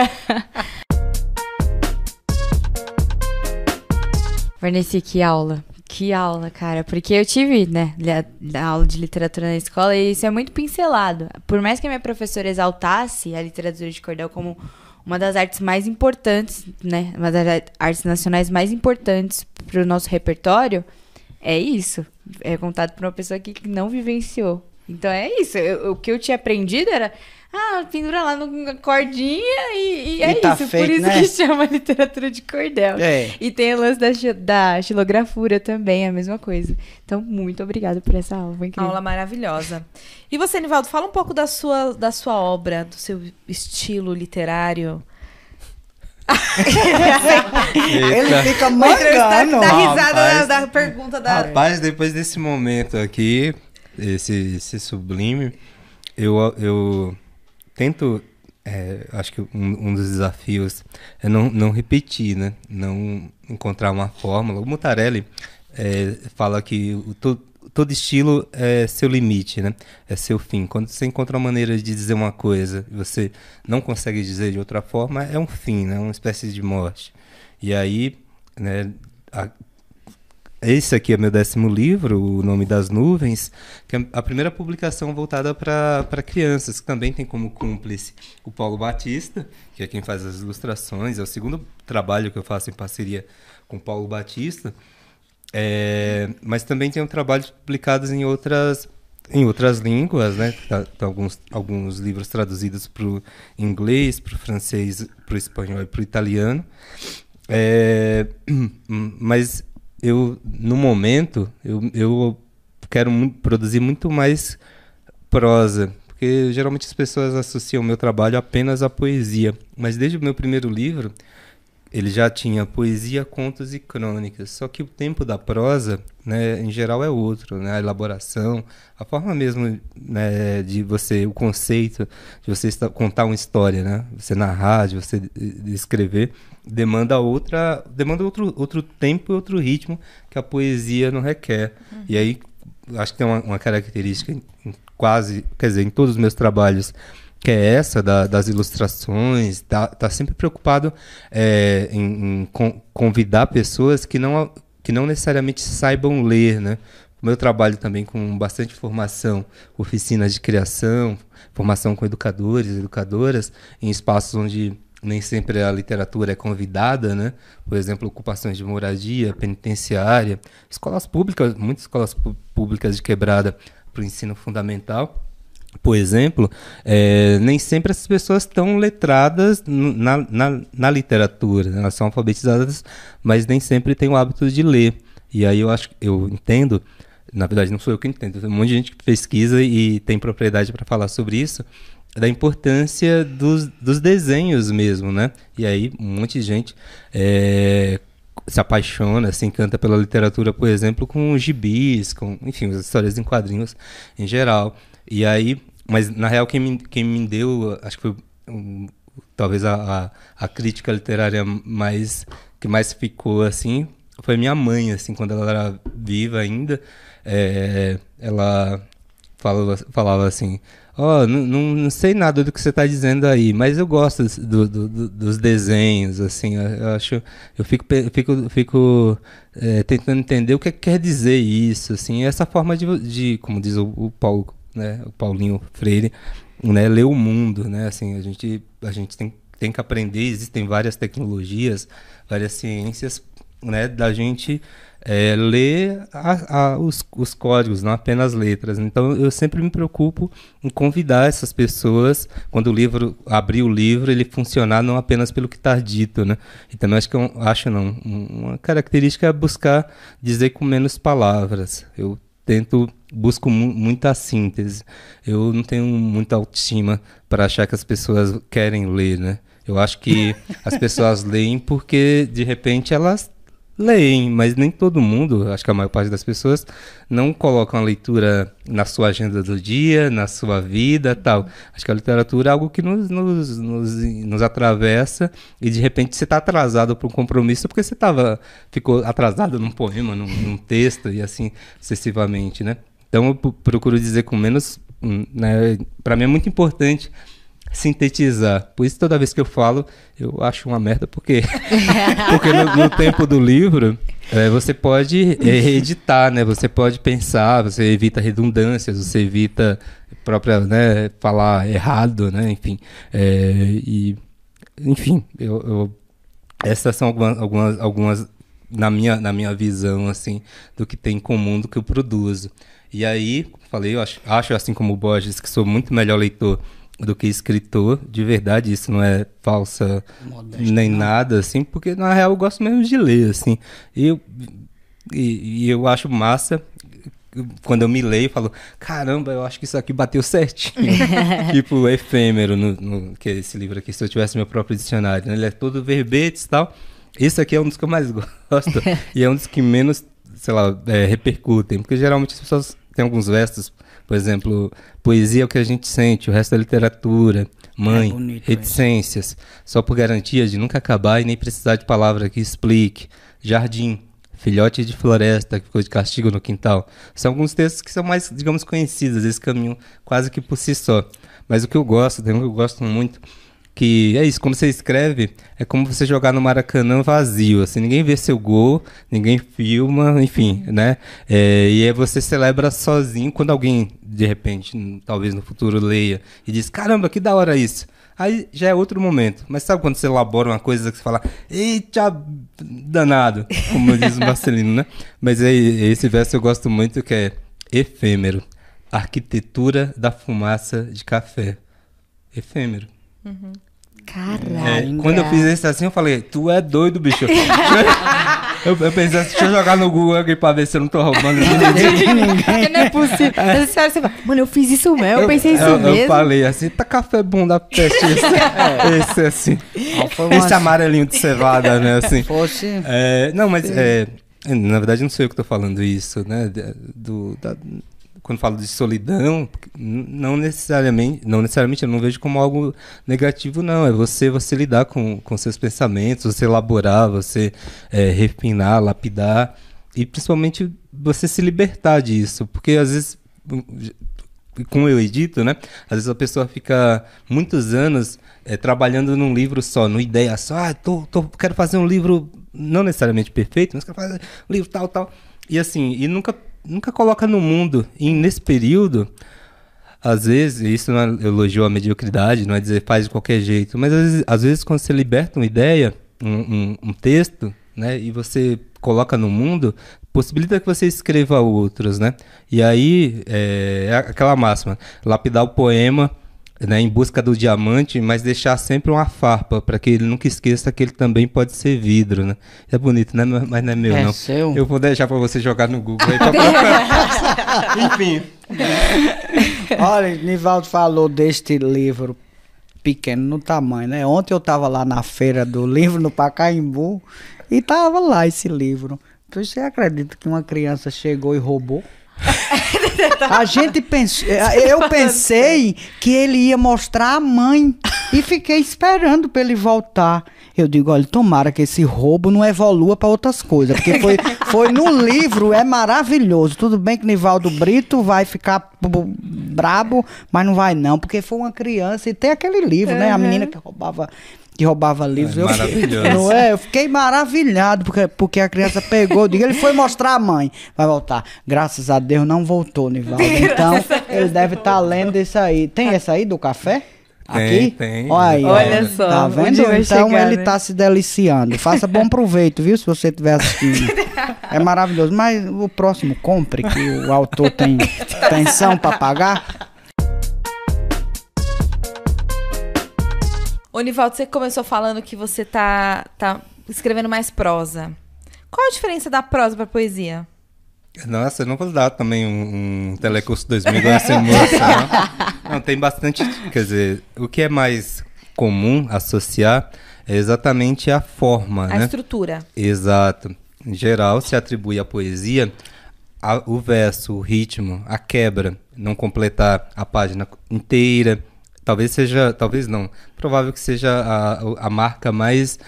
Verneci, que aula. Que aula, cara. Porque eu tive, né, a aula de literatura na escola e isso é muito pincelado. Por mais que a minha professora exaltasse a literatura de cordel como uma das artes mais importantes, né, uma das artes nacionais mais importantes para o nosso repertório, é isso. É contado por uma pessoa que não vivenciou. Então é isso. O que eu tinha aprendido era... pendura lá numa cordinha e é tá isso. feito, por isso, né? que chama literatura de cordel. É. E tem o lance da xilografura também, a mesma coisa. Então, muito obrigada por essa aula. Foi incrível. Aula maravilhosa. E você, Nivaldo, fala um pouco da sua obra, do seu estilo literário. Ele fica O entrevistado mangando. dá risada Rapaz. da pergunta da... Rapaz, depois desse momento aqui, esse sublime, eu tento, acho que um dos desafios é não repetir, né? Não encontrar uma fórmula. O Mutarelli fala que todo estilo é seu limite, né? É seu fim. Quando você encontra uma maneira de dizer uma coisa e você não consegue dizer de outra forma, é um fim, né? Uma espécie de morte. E aí, né, esse aqui é meu 10º livro, O Nome das Nuvens, que é a primeira publicação voltada para crianças, que também tem como cúmplice o Paulo Batista, que é quem faz as ilustrações. É o segundo trabalho que eu faço em parceria com o Paulo Batista. Mas também tem trabalhos publicados em outras línguas, né? Tem alguns livros traduzidos para o inglês, para o francês, para o espanhol e para o italiano. Mas no momento, eu quero produzir muito mais prosa, porque geralmente as pessoas associam o meu trabalho apenas à poesia. Mas desde o meu primeiro livro, ele já tinha poesia, contos e crônicas. Só que o tempo da prosa, né, em geral, é outro, né? A elaboração, a forma mesmo, né, o conceito de você contar uma história, né? Você narrar, de você escrever, demanda outro tempo e outro ritmo que a poesia não requer. E aí, acho que tem uma característica em todos os meus trabalhos, que é essa das ilustrações, tá sempre preocupado em convidar pessoas que não necessariamente saibam ler, né? O meu trabalho também com bastante formação, oficinas de criação, formação com educadores, educadoras, em espaços onde nem sempre a literatura é convidada, né? Por exemplo, ocupações de moradia, penitenciária, escolas públicas, muitas escolas públicas de quebrada para o ensino fundamental. por exemplo, nem sempre essas pessoas estão letradas na literatura, né? Elas são alfabetizadas, mas nem sempre têm o hábito de ler. E aí eu entendo, na verdade não sou eu que entendo, tem um monte de gente que pesquisa e tem propriedade para falar sobre isso, da importância dos desenhos mesmo, né? E aí um monte de gente se apaixona, se encanta pela literatura, por exemplo, com gibis, com, enfim, as histórias em quadrinhos em geral. E aí, mas na real quem me deu, acho que foi talvez a crítica literária que mais ficou assim, foi minha mãe, assim, quando ela era viva ainda, ela falava assim: não sei nada do que você está dizendo aí, mas eu gosto dos desenhos, assim, eu fico tentando entender o que quer dizer isso, assim, essa forma de como diz o Paulo, né, o Paulinho Freire, né, ler o mundo, né, assim, a gente tem que aprender, existem várias tecnologias, várias ciências, né, da gente ler os códigos, não apenas letras. Então eu sempre me preocupo em convidar essas pessoas, quando abrir o livro, ele funcionar não apenas pelo que está dito, né? E também uma característica é buscar dizer com menos palavras. Eu busco muita síntese. Eu não tenho muita autoestima para achar que as pessoas querem ler, né? Eu acho que as pessoas leem porque, de repente, elas leem, mas nem todo mundo, acho que a maior parte das pessoas, não colocam a leitura na sua agenda do dia, na sua vida, tal. Acho que a literatura é algo que nos atravessa e, de repente, você está atrasado para um compromisso porque você ficou atrasado num poema, num texto e assim sucessivamente, né? Então, eu procuro dizer com menos... né? Para mim é muito importante sintetizar. Por isso, toda vez que eu falo, eu acho uma merda, porque no tempo do livro, você pode reeditar, né? Você pode pensar, você evita redundâncias, você evita né, falar errado, né? Enfim, enfim, essas são algumas na minha visão, assim, do que tem em comum do que eu produzo. E aí, falei, eu acho assim como o Borges, que sou muito melhor leitor do que escritor, de verdade, isso não é falsa modéstia, nem não. Nada, assim, porque na real eu gosto mesmo de ler, assim, e eu acho massa, quando eu me leio, eu falo, caramba, eu acho que isso aqui bateu certinho, tipo Efêmero, que é esse livro aqui, se eu tivesse meu próprio dicionário, né? Ele é todo verbetes e tal, esse aqui é um dos que eu mais gosto, e é um dos que menos, sei lá, repercutem, porque geralmente as pessoas têm alguns versos, por exemplo, poesia é o que a gente sente, o resto é literatura, mãe, reticências, só por garantia de nunca acabar e nem precisar de palavra que explique, jardim, filhote de floresta que ficou de castigo no quintal. São alguns textos que são mais, digamos, conhecidos, eles caminham quase que por si só. Mas o que eu gosto, tem um que eu gosto muito, que é isso, quando você escreve, é como você jogar no Maracanã vazio, assim, ninguém vê seu gol, ninguém filma, enfim, né? E aí você celebra sozinho, quando alguém, de repente, talvez no futuro leia e diz, caramba, que da hora isso. Aí já é outro momento. Mas sabe quando você elabora uma coisa que você fala, eita, danado, como diz o Marcelino, né? Mas esse verso eu gosto muito, que é Efêmero, arquitetura da fumaça de café. Efêmero. Uhum. Caralho. Quando eu fiz isso assim, eu falei, tu é doido, bicho. eu pensei, deixa eu jogar no Google aqui pra ver se eu não tô roubando ninguém. Não é possível. Você fala, mano, eu fiz isso mesmo, eu pensei isso mesmo. Eu falei assim, tá café bom da peste esse assim. Esse amarelinho de cevada, né, assim. Fosse... não, mas na verdade não sou eu que tô falando isso, né, quando falo de solidão, não necessariamente eu não vejo como algo negativo, não. É você lidar com seus pensamentos, você elaborar, você refinar, lapidar e principalmente você se libertar disso. Porque às vezes, como eu edito, né? Às vezes a pessoa fica muitos anos trabalhando num livro só, numa ideia só. Quero fazer um livro não necessariamente perfeito, mas quero fazer um livro tal. E assim, e nunca coloca no mundo. E nesse período, às vezes, isso não é elogio à mediocridade, não é dizer faz de qualquer jeito, mas às vezes quando você liberta uma ideia, um texto, né, e você coloca no mundo, possibilita que você escreva outros, né? E aí, aquela máxima, lapidar o poema, né, em busca do diamante, mas deixar sempre uma farpa, para que ele nunca esqueça que ele também pode ser vidro, né? É bonito, né? Mas não é meu, não. Seu? Eu vou deixar para você jogar no Google aí pra procurar. Enfim. Olha, Nivaldo falou deste livro pequeno no tamanho, né? Ontem eu tava lá na feira do livro no Pacaembu e tava lá esse livro. Você acredita que uma criança chegou e roubou? A gente pensou, eu pensei que ele ia mostrar a mãe e fiquei esperando para ele voltar. Eu digo, olha, tomara que esse roubo não evolua para outras coisas, porque foi no livro, é maravilhoso. Tudo bem que Nivaldo Brito vai ficar brabo, mas não vai não, porque foi uma criança e tem aquele livro, né? A menina que roubava livros. Maravilhoso. Não é? Eu fiquei maravilhado, porque a criança pegou, eu digo, ele foi mostrar a mãe, vai voltar. Graças a Deus não voltou, Nivaldo. Então, ele deve estar lendo isso aí. Tem esse aí do café? Aqui? Tem. Olha só. Tá o vendo? dia vai Então chegar, ele né? tá se deliciando. Faça bom proveito, viu? Se você estiver assistindo. É maravilhoso. Mas o próximo compre, que o autor tem pensão para pagar. Ô, Nivaldo, você começou falando que você tá escrevendo mais prosa. Qual a diferença da prosa pra poesia? Nossa, eu não vou dar também um telecurso 2000 igual essa moça, não. Não, tem bastante, quer dizer, o que é mais comum associar é exatamente a forma, A né? estrutura. Exato. Em geral, se atribui à poesia o verso, o ritmo, a quebra, não completar a página inteira. Talvez seja, talvez não, provável que seja a marca mais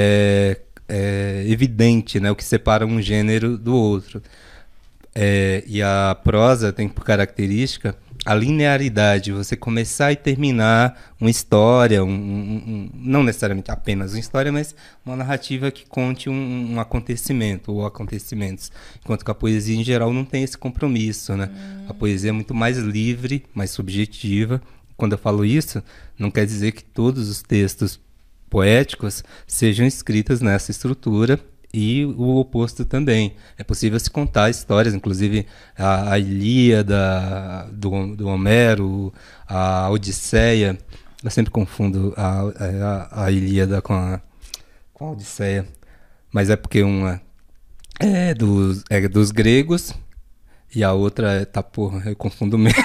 evidente, né? O que separa um gênero do outro. E a prosa tem por característica a linearidade, você começar e terminar uma história, não necessariamente apenas uma história, mas uma narrativa que conte um acontecimento ou acontecimentos. Enquanto que a poesia, em geral, não tem esse compromisso, né? A poesia é muito mais livre, mais subjetiva. Quando eu falo isso, não quer dizer que todos os textos poéticos sejam escritos nessa estrutura, e o oposto também. É possível se contar histórias, inclusive a Ilíada do Homero, a Odisseia. Eu sempre confundo a Ilíada com a Odisseia. Mas é porque uma é dos gregos e a outra eu confundo mesmo.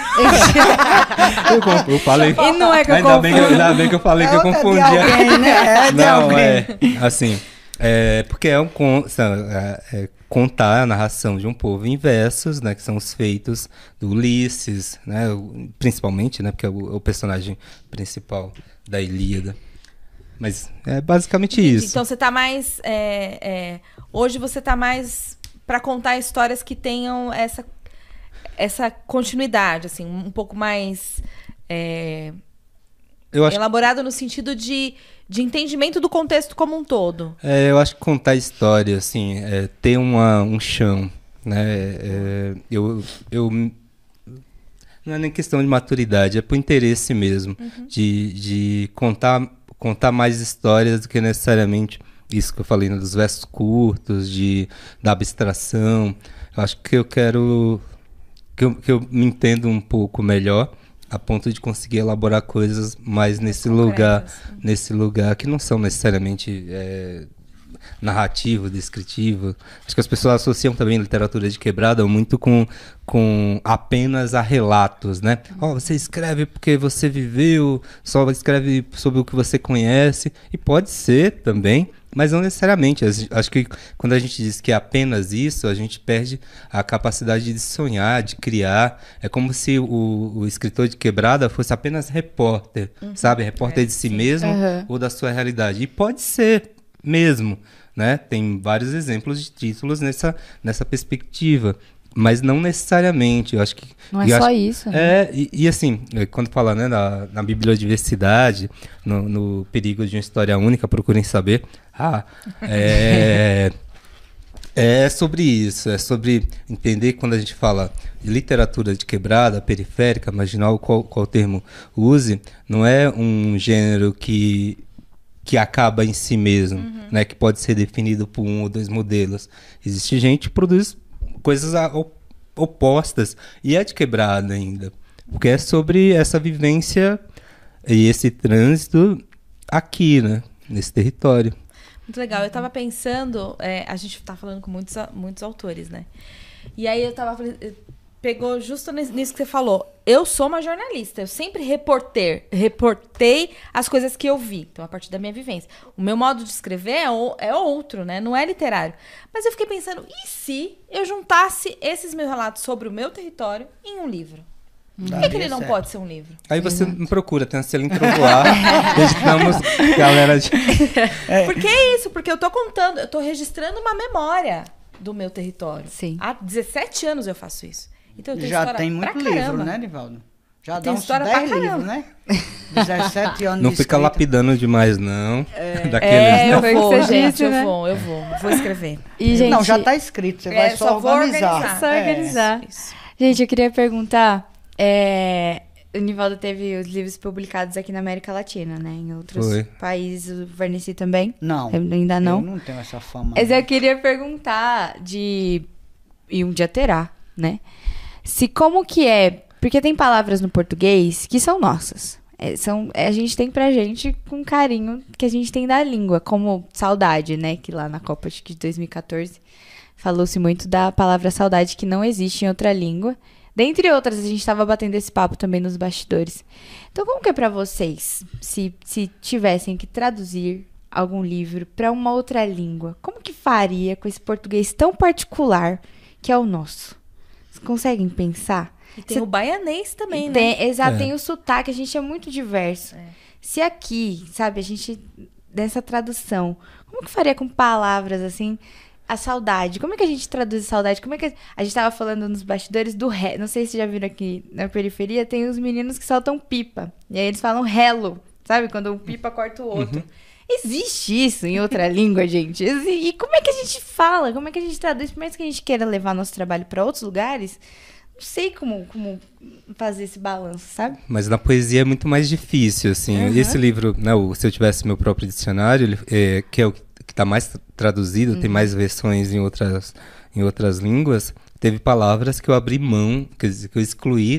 Eu falei. E não é que eu ainda bem que eu falei que eu confundi. Alguém, né? É de Não, alguém. assim. Porque contar a narração de um povo em versos, né, que são os feitos do Ulisses, né, principalmente, né, porque é o personagem principal da Ilíada. Mas é basicamente isso. Então você tá mais... hoje você tá mais para contar histórias que tenham essa continuidade, assim, um pouco mais... Eu acho elaborado no sentido de entendimento do contexto como um todo. Eu acho que contar história, assim, ter um chão, né? Não é nem questão de maturidade, é por interesse mesmo, de contar mais histórias do que necessariamente isso que eu falei, né, dos versos curtos, da abstração. Eu acho que eu quero que eu me entenda um pouco melhor, a ponto de conseguir elaborar coisas mais nesse lugar que não são necessariamente narrativo, descritivo. Acho que as pessoas associam também literatura de quebrada muito com apenas a relatos, né? Você escreve porque você viveu, só escreve sobre o que você conhece, e pode ser também, mas não necessariamente. Acho que quando a gente diz que é apenas isso, a gente perde a capacidade de sonhar, de criar. É como se o escritor de quebrada fosse apenas repórter, sabe? Repórter de si mesmo ou da sua realidade. E pode ser mesmo, né? Tem vários exemplos de títulos nessa perspectiva. Mas não necessariamente, eu acho que... Não é só isso, né? E assim, quando fala, né, na bibliodiversidade, no perigo de uma história única, procurem saber. É sobre isso, é sobre entender quando a gente fala de literatura de quebrada, periférica, marginal, qual termo use, não é um gênero que acaba em si mesmo, né, que pode ser definido por um ou dois modelos. Existe gente que produz coisas opostas. E é de Quebrada ainda. Porque é sobre essa vivência e esse trânsito aqui, né? Nesse território. Muito legal. Eu tava pensando, a gente tá falando com muitos autores, né? E aí eu tava pegou justo nisso que você falou. Eu sou uma jornalista, eu sempre reportei as coisas que eu vi, então a partir da minha vivência. O meu modo de escrever é outro, né? Não é literário. Mas eu fiquei pensando, e se eu juntasse esses meus relatos sobre o meu território em um livro? Por que ele não pode ser um livro? Aí você me procura, tem a selo Trovoar. Registramos galera de... Porque é isso, porque eu tô registrando uma memória do meu território. Sim. Há 17 anos eu faço isso. Então eu tenho Já história tem muito pra livro, caramba. né, Nivaldo? Já dá Tem uns história 10 pra livros, né? 17 anos Não de fica escrita. lapidando demais, não. Daqueles... Eu Foi o que vou, você gente, disse, né? eu vou escrever. E, gente, Não, já tá escrito, você vai só vou organizar. Só organizar. Isso. Gente, eu queria perguntar... O Nivaldo teve os livros publicados aqui na América Latina, né? Em outros Foi. países, o Verneci também? Não, Ainda não? eu não tenho essa fama. Mas não. eu queria perguntar e um dia terá, né? Se como que é... Porque tem palavras no português que são nossas. A gente tem pra gente com carinho que a gente tem da língua, como saudade, né? Que lá na Copa acho que de 2014 falou-se muito da palavra saudade que não existe em outra língua. Dentre outras, a gente estava batendo esse papo também nos bastidores. Então, como que é pra vocês, se tivessem que traduzir algum livro para uma outra língua, como que faria com esse português tão particular que é o nosso? Vocês conseguem pensar? E tem o baianês também, né? Tem, exato, tem o sotaque, a gente é muito diverso. Se aqui, sabe, a gente, nessa tradução, como que faria com palavras assim... A saudade. Como é que a gente traduz a saudade? Como é que a gente tava falando nos bastidores do ré. Não sei se vocês já viram aqui na periferia, tem os meninos que soltam pipa. E aí eles falam relo, sabe? Quando um pipa corta o outro. Existe isso em outra língua, gente. E como é que a gente fala? Como é que a gente traduz? Por mais que a gente queira levar nosso trabalho para outros lugares, não sei como fazer esse balanço, sabe? Mas na poesia é muito mais difícil, assim. Esse livro, né, Se Eu Tivesse Meu Próprio Dicionário, que é o que está mais traduzido, tem mais versões em outras línguas, teve palavras que eu abri mão, que eu excluí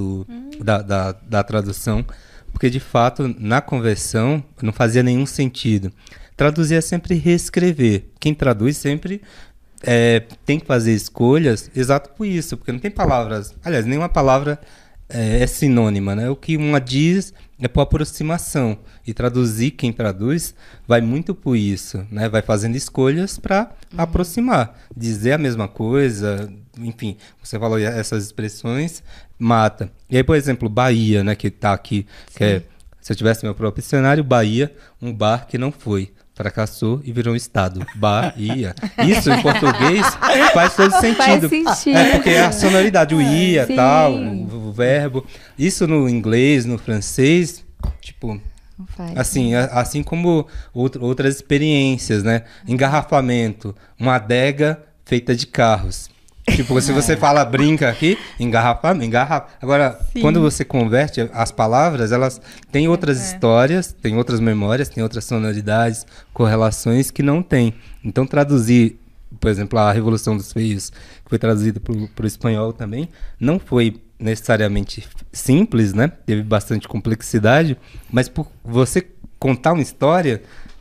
da tradução, porque de fato na conversão não fazia nenhum sentido. Traduzir é sempre reescrever. Quem traduz sempre tem que fazer escolhas exato por isso, porque não tem palavras, aliás, nenhuma palavra é sinônima, né? O que uma diz é por aproximação, e traduzir, quem traduz, vai muito por isso, né? Vai fazendo escolhas para aproximar, dizer a mesma coisa, enfim, você falou essas expressões, mata. E aí, por exemplo, Bahia, né, que tá aqui, que é, se eu tivesse meu próprio dicionário, Bahia, um bar que não foi, fracassou e virou um estado. Bahia. Isso em português faz todo sentido. Faz sentido. Porque é a sonoridade, o ia, Sim. tal, o verbo. Isso no inglês, no francês, tipo, Não faz. assim como outras experiências, né? Engarrafamento, uma adega feita de carros. Tipo, se você brinca aqui, engarrafa. Agora, quando você converte as palavras, elas têm outras histórias, têm outras memórias, têm outras sonoridades, correlações que não tem. Então, traduzir, por exemplo, a Revolução dos Feios, que foi traduzida para o espanhol também, não foi necessariamente simples, né? Teve bastante complexidade, mas por você contar uma história,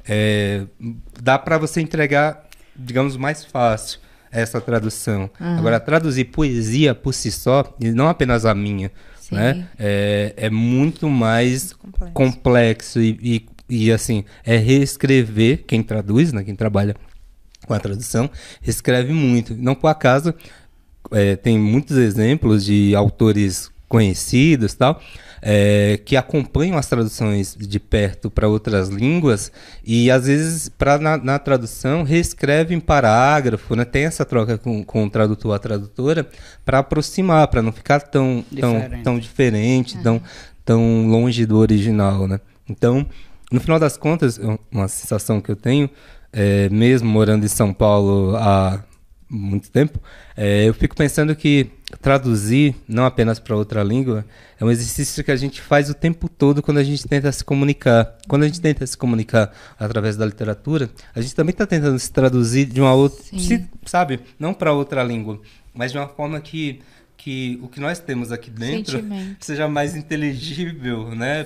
dá para você entregar, digamos, mais fácil essa tradução. Agora, traduzir poesia por si só, e não apenas a minha, né? É muito mais complexo e assim, reescrever, quem traduz, né? Quem trabalha com a tradução, escreve muito. Não por acaso, tem muitos exemplos de autores conhecidos, tal, que acompanham as traduções de perto para outras línguas e, às vezes, na tradução, reescrevem parágrafo, né? Tem essa troca com o tradutor, a tradutora, para aproximar, para não ficar tão diferente, tão longe do original, né? Então, no final das contas, uma sensação que eu tenho, mesmo morando em São Paulo há muito tempo, eu fico pensando que traduzir, não apenas para outra língua, é um exercício que a gente faz o tempo todo quando a gente tenta se comunicar. Quando a gente tenta se comunicar através da literatura, a gente também está tentando se traduzir de uma outra, sabe? Não para outra língua, mas de uma forma que o que nós temos aqui dentro seja mais inteligível, né?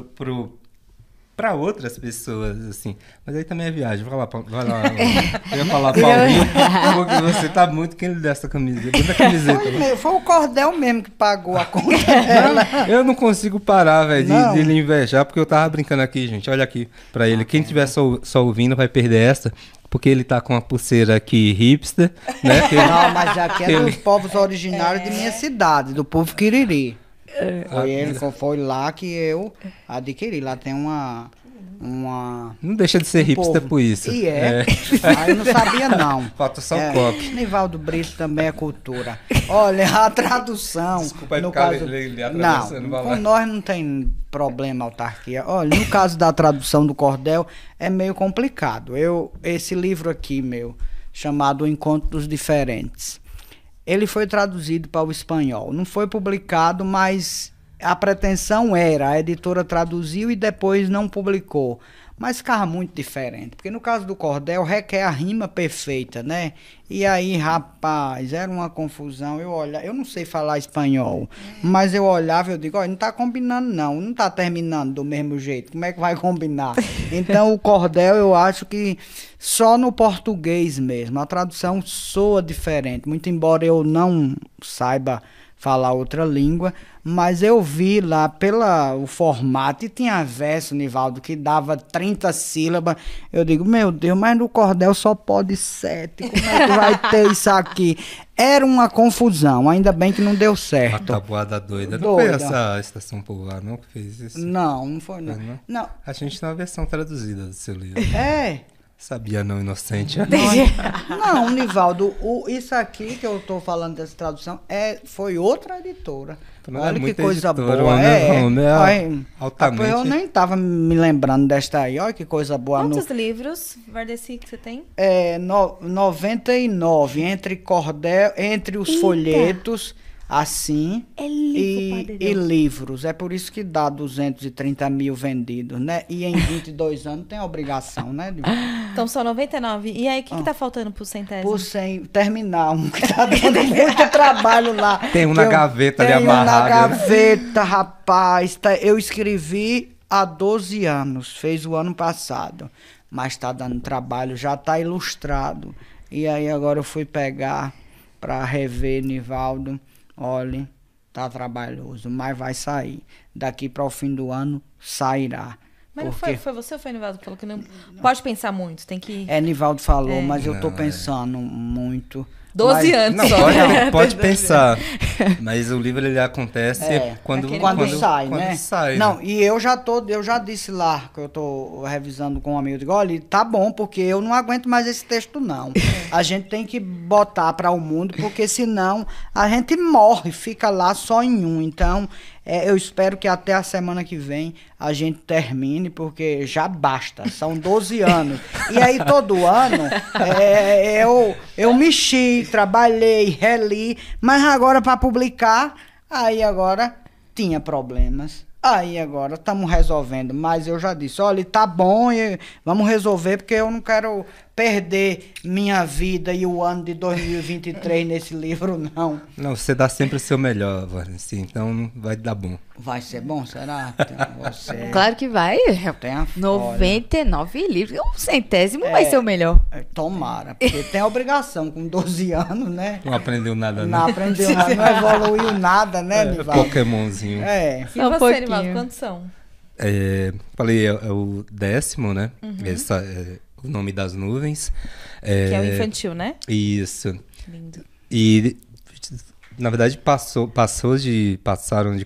Para outras pessoas, assim. Mas aí também é viagem. Vai lá. Eu ia falar, Paulinho, porque você tá muito quem lhe deu essa camiseta. Muita camiseta. Foi o Cordel mesmo que pagou a conta dela. Eu não consigo parar, velho, de lhe invejar, porque eu tava brincando aqui, gente. Olha aqui pra ele. Quem estiver só ouvindo vai perder essa. Porque ele tá com uma pulseira aqui hipster, né? Não, mas aqui é dos povos originários de minha cidade, do povo Quiriri. Foi lá que eu adquiri. Lá tem uma não deixa de ser hipster povo. por isso. E Aí eu não sabia, não. Falta só o copo. Nivaldo Brito também é cultura. Olha, a tradução. Desculpa aí no ficar caso, atravessando. com nós não tem problema autarquia. Olha, no caso da tradução do Cordel, é meio complicado. Esse livro aqui, chamado O Encontro dos Diferentes, ele foi traduzido para o espanhol. Não foi publicado, mas a pretensão era, a editora traduziu e depois não publicou. Mas ficava muito diferente, porque no caso do Cordel requer a rima perfeita, né? E aí, rapaz, era uma confusão. Eu não sei falar espanhol, mas eu olhava e eu digo, olha, não tá combinando não tá terminando do mesmo jeito, como é que vai combinar? Então o Cordel eu acho que só no português mesmo, a tradução soa diferente, muito embora eu não saiba falar outra língua, mas eu vi lá o formato, e tinha verso, Nivaldo, que dava 30 sílabas. Eu digo, meu Deus, mas no Cordel só pode 7, como é que vai ter isso aqui? Era uma confusão, ainda bem que não deu certo. Uma tabuada doida. Não foi essa Estação Polar, não, que fez isso? Não foi, não. Não. A gente tem uma versão traduzida do seu livro. Sabia não, inocente. Não, Nivaldo, isso aqui que eu tô falando dessa tradução foi outra editora. Olha que coisa boa. Altamente. Eu nem tava me lembrando desta aí. Olha que coisa boa. Quantos livros, Vardeci, que você tem? 99, entre os folhetos, assim, e livros. É por isso que dá 230 mil vendidos, né? E em 22 anos tem a obrigação, né? Então são 99. E aí, o que tá faltando pro centésimo? Terminar um que tá dando muito trabalho lá. Tem um na gaveta ali amarrado. Tem na gaveta, rapaz. Eu escrevi há 12 anos, fez o ano passado. Mas tá dando trabalho, já tá ilustrado. E aí agora eu fui pegar pra rever, Nivaldo. Olha, tá trabalhoso, mas vai sair. Daqui para o fim do ano, sairá. Mas não foi você ou foi Nivaldo que falou que não pode pensar muito, tem que... Nivaldo falou, mas eu tô pensando muito. 12 anos não, só. Pode pensar. Mas o livro ele acontece quando sai, né? Sai, não, e eu já disse lá, que eu tô revisando com um amigo, eu digo, olha, tá bom, porque eu não aguento mais esse texto, não. A gente tem que botar para o mundo, porque senão a gente morre, fica lá só em um. Então, eu espero que até a semana que vem a gente termine, porque já basta, são 12 anos. E aí todo ano eu mexi, trabalhei, reli, mas agora para publicar, aí agora tinha problemas. Aí agora estamos resolvendo, mas eu já disse, olha, tá bom, vamos resolver, porque eu não quero perder minha vida e o ano de 2023 nesse livro, não. Não, você dá sempre o seu melhor, Vanessa, então vai dar bom. Vai ser bom, será? Você... Claro que vai. Tem a 99 livros. Um centésimo vai ser o melhor. Tomara, porque tem a obrigação, com 12 anos, né? Não aprendeu nada, né? Não aprendeu nada, não evoluiu nada, né, Nivaldo? Pokémonzinho. E você, Nivaldo, quantos são? Falei, é o 10º, né? O Nome das Nuvens. Que é o infantil, né? Isso. Lindo. E, na verdade, passaram de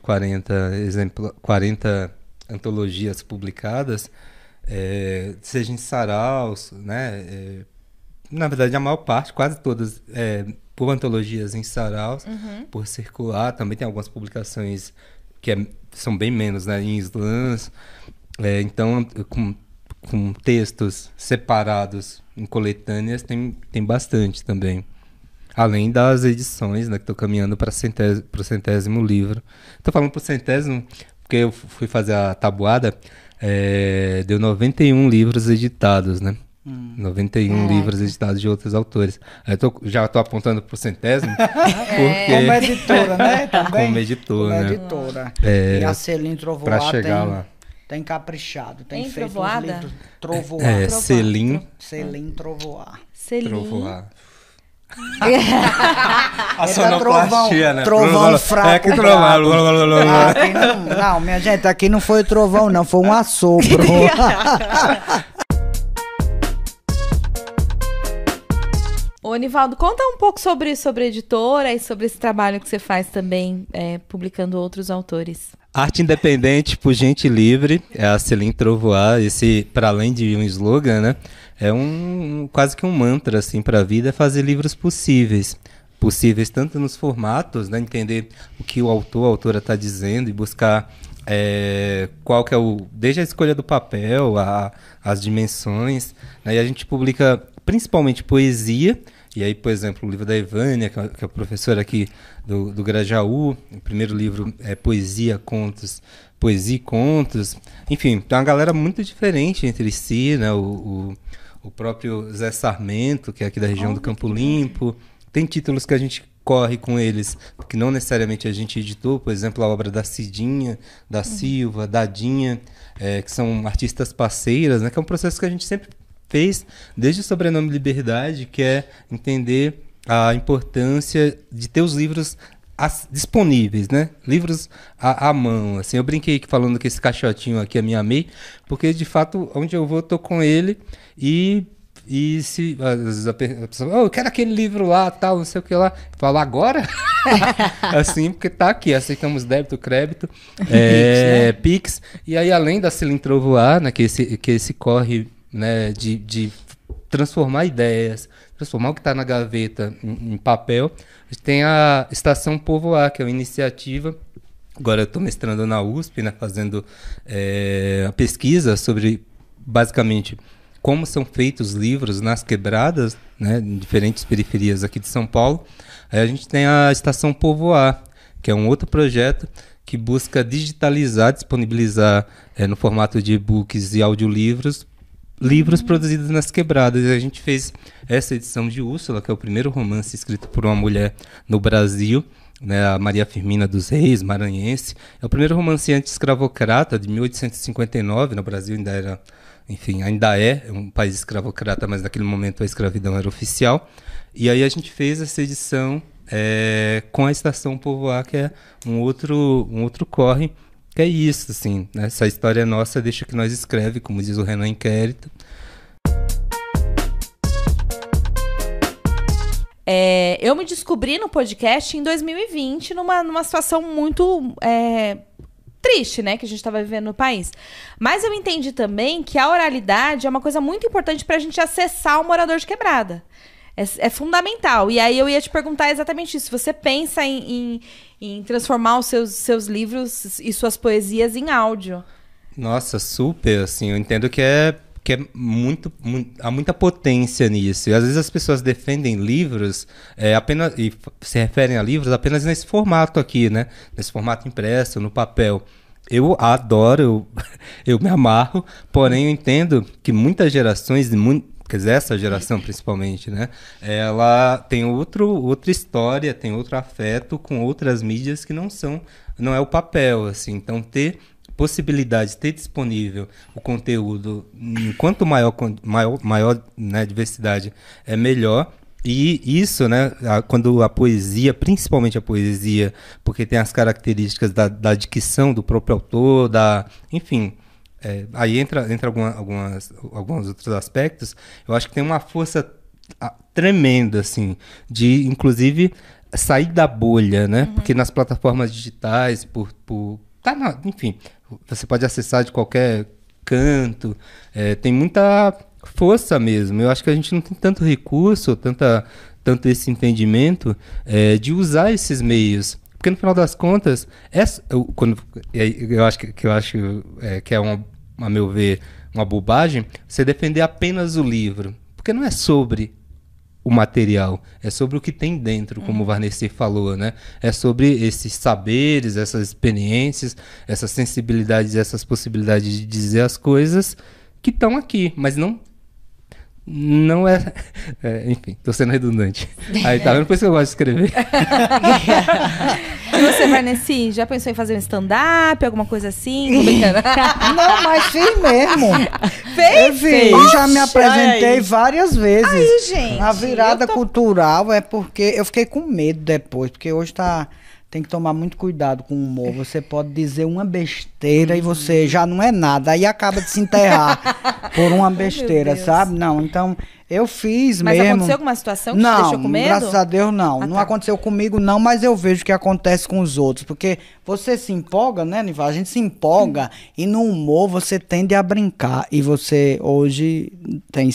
40 antologias publicadas, seja em saraus, né? Na verdade, a maior parte, quase todas, por antologias em saraus, por circular. Também tem algumas publicações que são bem menos, né? Em slams. Então, com textos separados em coletâneas, tem bastante também. Além das edições, né, que estou caminhando para o 100º livro. Estou falando para o 100º porque eu fui fazer a tabuada, deu 91 livros editados, né? 91 livros editados de outros autores. Aí já estou apontando para o 100º, porque... Como editora, né? Também. Como editora, Como né? editora. E a Selim Trovoar para chegar lá. Tem caprichado, tem Em feito Trovoada? uns livros. Trovoar. Selim Trovoar. Trovoar. A sonoplastia, né? Trovão fraco. É que trovão. Aqui não, minha gente, aqui não foi trovão, não, foi um assopro. Ô, Nivaldo, conta um pouco sobre a editora e sobre esse trabalho que você faz também, publicando outros autores. Arte independente por gente livre, é a Selim Trovoar. Esse, para além de um slogan, né? É quase que um mantra assim, para a vida, é fazer livros possíveis. Possíveis tanto nos formatos, né? Entender o que o autor, a autora está dizendo e buscar qual que é desde a escolha do papel, as dimensões, né? E a gente publica principalmente poesia. E aí, por exemplo, o livro da Evânia, que é a professora aqui do Grajaú, o primeiro livro é Poesia e Contos. Enfim, tem uma galera muito diferente entre si, né? O próprio Zé Sarmento, que é aqui da região do Campo Limpo. Tem títulos que a gente corre com eles, que não necessariamente a gente editou, por exemplo, a obra da Cidinha, da Silva, da Dinha, que são artistas parceiras, né? Que é um processo que a gente sempre fez desde o sobrenome Liberdade, que é entender a importância de ter os livros disponíveis, né? Livros à mão, assim. Eu brinquei falando que esse caixotinho aqui é minha amei, porque de fato onde eu vou eu tô com ele e se às vezes a pessoa, eu quero aquele livro lá, tal, não sei o que lá, falo agora? Assim, porque tá aqui, aceitamos débito, crédito, Pix, e aí além da Selim Trovoar, né, que esse corre, né, de transformar ideias, transformar o que está na gaveta em papel. A gente tem a Estação Povoar, que é uma iniciativa. Agora eu estou mestrando na USP, né, fazendo a pesquisa sobre, basicamente, como são feitos livros nas quebradas, né, em diferentes periferias aqui de São Paulo. Aí a gente tem a Estação Povoar, que é um outro projeto que busca digitalizar, disponibilizar no formato de e-books e audiolivros, livros produzidos nas quebradas. E a gente fez essa edição de Úrsula, que é o primeiro romance escrito por uma mulher no Brasil, né, a Maria Firmina dos Reis, maranhense. É o primeiro romance anti-escravocrata de 1859, no Brasil ainda é um país escravocrata, mas naquele momento a escravidão era oficial. E aí a gente fez essa edição com a Estação Povoar, que é um outro corre, que é isso, assim, né? Essa história nossa deixa que nós escreve, como diz o Renan Inquérito. Eu me descobri no podcast em 2020, numa situação muito triste, né, que a gente estava vivendo no país. Mas eu entendi também que a oralidade é uma coisa muito importante para a gente acessar o morador de quebrada. É fundamental. E aí eu ia te perguntar exatamente isso. Você pensa em transformar os seus livros e suas poesias em áudio? Nossa, super, assim, eu entendo que há muita potência nisso. E às vezes as pessoas defendem livros apenas e se referem a livros apenas nesse formato aqui, né? Nesse formato impresso, no papel. Eu adoro, eu me amarro, porém eu entendo que muitas gerações, quer dizer, essa geração principalmente, né? Ela tem outra história, tem outro afeto com outras mídias que não é o papel, assim. Então ter possibilidade, ter disponível o conteúdo, quanto maior né, diversidade, é melhor. E isso, né, quando a poesia, principalmente a poesia, porque tem as características da dicção do próprio autor, enfim, aí entra alguns outros aspectos. Eu acho que tem uma força tremenda, assim, de, inclusive, sair da bolha, né? Uhum. Porque nas plataformas digitais, enfim, você pode acessar de qualquer canto, tem muita força mesmo. Eu acho que a gente não tem tanto recurso, tanto esse entendimento de usar esses meios. Porque no final das contas, eu acho que é a meu ver, uma bobagem, você defender apenas o livro. Porque não é sobre o material, é sobre o que tem dentro, como o Varnesi falou, né? É sobre esses saberes, essas experiências, essas sensibilidades, essas possibilidades de dizer as coisas que estão aqui, mas não é, enfim, tô sendo redundante. Aí tá vendo? Por isso que eu gosto de escrever. E você, Varnesi, já pensou em fazer um stand-up, alguma coisa assim? Tô brincando. Não, mas fiz mesmo. Fez? Fiz, já me apresentei várias vezes. Aí, gente, A virada eu tô- cultural é porque eu fiquei com medo depois, porque hoje tem que tomar muito cuidado com o humor. Você pode dizer uma besteira e você já não é nada, aí acaba de se enterrar por uma besteira, Deus. sabe? Não, então eu fiz Mas mesmo. aconteceu alguma situação que te Não, deixou com medo? graças a Deus não. Ah, Não tá. aconteceu comigo não, mas eu vejo que acontece com os outros. Porque você se empolga, né, Nival? A gente se empolga e no humor você tende a brincar. E você hoje tem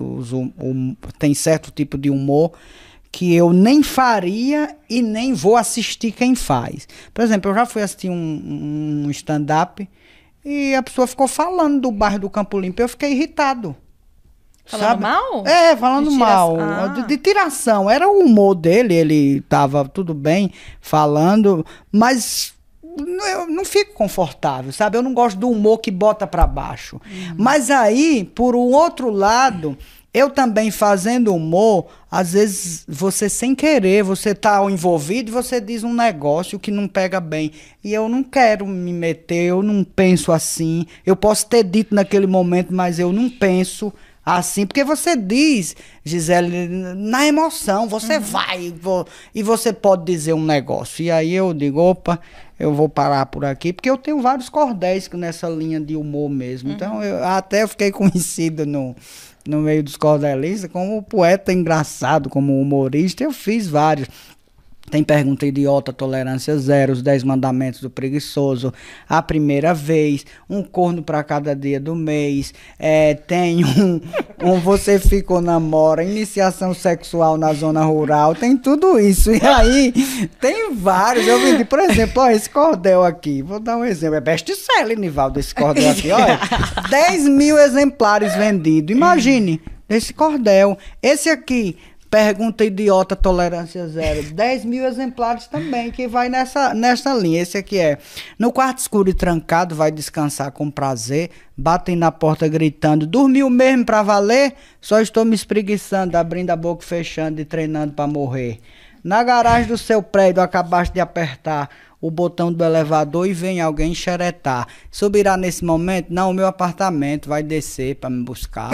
tem certo tipo de humor que eu nem faria e nem vou assistir quem faz. Por exemplo, eu já fui assistir um stand-up e a pessoa ficou falando do bairro do Campo Limpo. Eu fiquei irritado. Falando sabe? mal? É, falando De mal. tiração. De tiração. Era o humor dele, ele tava tudo bem falando, mas eu não fico confortável, sabe? Eu não gosto do humor que bota pra baixo. Mas aí, por um outro lado, eu também fazendo humor, às vezes você sem querer, você tá envolvido e você diz um negócio que não pega bem. E eu não quero me meter, eu não penso assim. Eu posso ter dito naquele momento, mas eu não penso assim, porque você diz, Gisele, na emoção, você vai e você pode dizer um negócio. E aí eu digo, opa, eu vou parar por aqui, porque eu tenho vários cordéis nessa linha de humor mesmo. Então, eu fiquei conhecido no meio dos cordelistas como poeta engraçado, como humorista. Eu fiz vários. Tem Pergunta Idiota, Tolerância Zero, Os 10 Mandamentos do Preguiçoso, A Primeira Vez, Um Corno para Cada Dia do Mês, tem um Você Fica ou Namora, Iniciação Sexual na Zona Rural, tem tudo isso. E aí, tem vários. Eu vendi, por exemplo, ó, esse cordel aqui, vou dar um exemplo, é best-seller, Nivaldo, esse cordel aqui, olha, 10 mil exemplares vendidos, imagine, desse cordel. Esse aqui, Pergunta Idiota, Tolerância Zero. 10 mil exemplares também, que vai nessa linha. Esse aqui é: no quarto escuro e trancado, vai descansar com prazer. Batem na porta gritando: dormiu mesmo pra valer? Só estou me espreguiçando, abrindo a boca e fechando e treinando pra morrer. Na garagem do seu prédio, acabaste de apertar o botão do elevador e vem alguém xeretar. Subirá nesse momento? Não, o meu apartamento vai descer pra me buscar.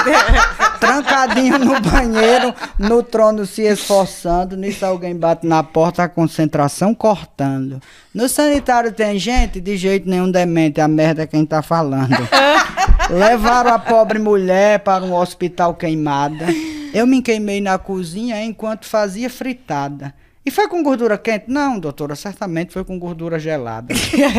Trancadinho no banheiro, no trono se esforçando. Nisso alguém bate na porta, a concentração cortando. No sanitário tem gente? De jeito nenhum, demente, a merda é quem tá falando. Levaram a pobre mulher para um hospital queimada. Eu me queimei na cozinha enquanto fazia fritada. E foi com gordura quente? Não, doutora, certamente foi com gordura gelada.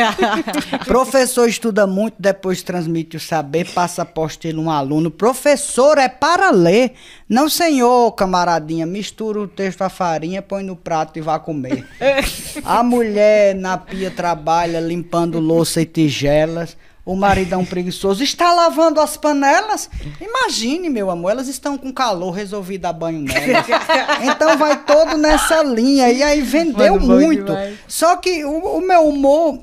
Professor estuda muito, depois transmite o saber, passa a apostila um aluno. Professor é para ler. Não, senhor, camaradinha, mistura o texto à farinha, põe no prato e vá comer. A mulher na pia trabalha limpando louça e tigelas. O maridão preguiçoso está lavando as panelas. Imagine, meu amor, elas estão com calor, resolvi dar banho nelas. Então vai todo nessa linha. E aí vendeu muito. Só que o meu humor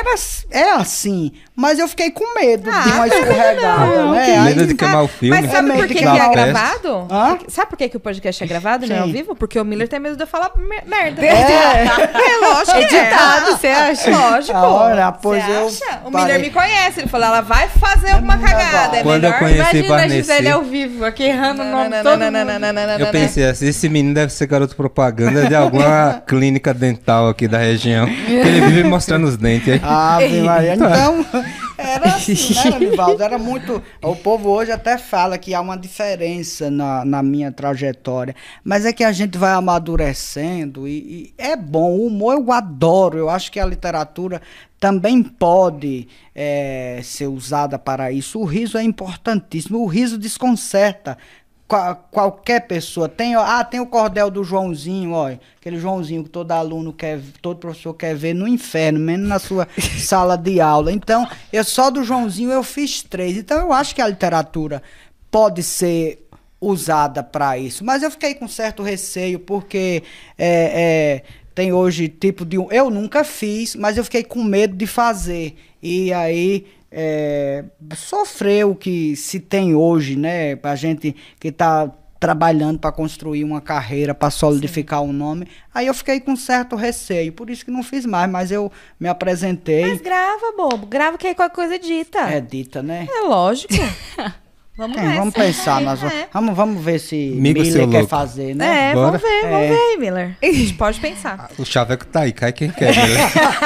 é assim. Mas eu fiquei com medo de uma escorregada, né? Medo de queimar o filme. Mas sabe É por medo que, de que queimar é o gravado? Hã? Sabe por que o podcast é gravado, não é ao Sim. vivo? Porque o Miller tem medo de eu falar merda. É. Lógico que Editado, você acha? Lógico. Olha, pois Você eu acha? O parei. Miller me conhece. Ele falou, ela vai fazer alguma cagada. É Quando eu melhor... conheci Imagina a Varnesi, Gisele ao vivo, aqui errando o nome de todo mundo. eu pensei assim, esse menino deve ser garoto propaganda de alguma clínica dental aqui da região. Que ele vive mostrando os dentes aí. Ave Maria. Então, era assim, né, Anivaldo? Era muito... O povo hoje até fala que há uma diferença na minha trajetória. Mas é que a gente vai amadurecendo e é bom. O humor eu adoro. Eu acho que a literatura também pode ser usada para isso. O riso é importantíssimo. O riso desconcerta qualquer pessoa. Tem o cordel do Joãozinho, olha, aquele Joãozinho que todo aluno quer, todo professor quer ver no inferno, menos na sua sala de aula. Então, só do Joãozinho eu fiz 3. Então, eu acho que a literatura pode ser usada para isso. Mas eu fiquei com certo receio, porque tem hoje tipo de... Eu nunca fiz, mas eu fiquei com medo de fazer. E aí sofreu o que se tem hoje, né? Pra gente que tá trabalhando para construir uma carreira, para solidificar um nome. Aí eu fiquei com certo receio, por isso que não fiz mais, mas eu me apresentei. Mas grava, bobo. Grava que aí qualquer coisa é dita. É dita, né? É lógico. Vamos pensar, vamos ver se Amigo Miller seu quer louco. fazer, né? Vamos ver aí, Miller. A gente pode pensar. O chaveco tá aí, cai quem quer. Né?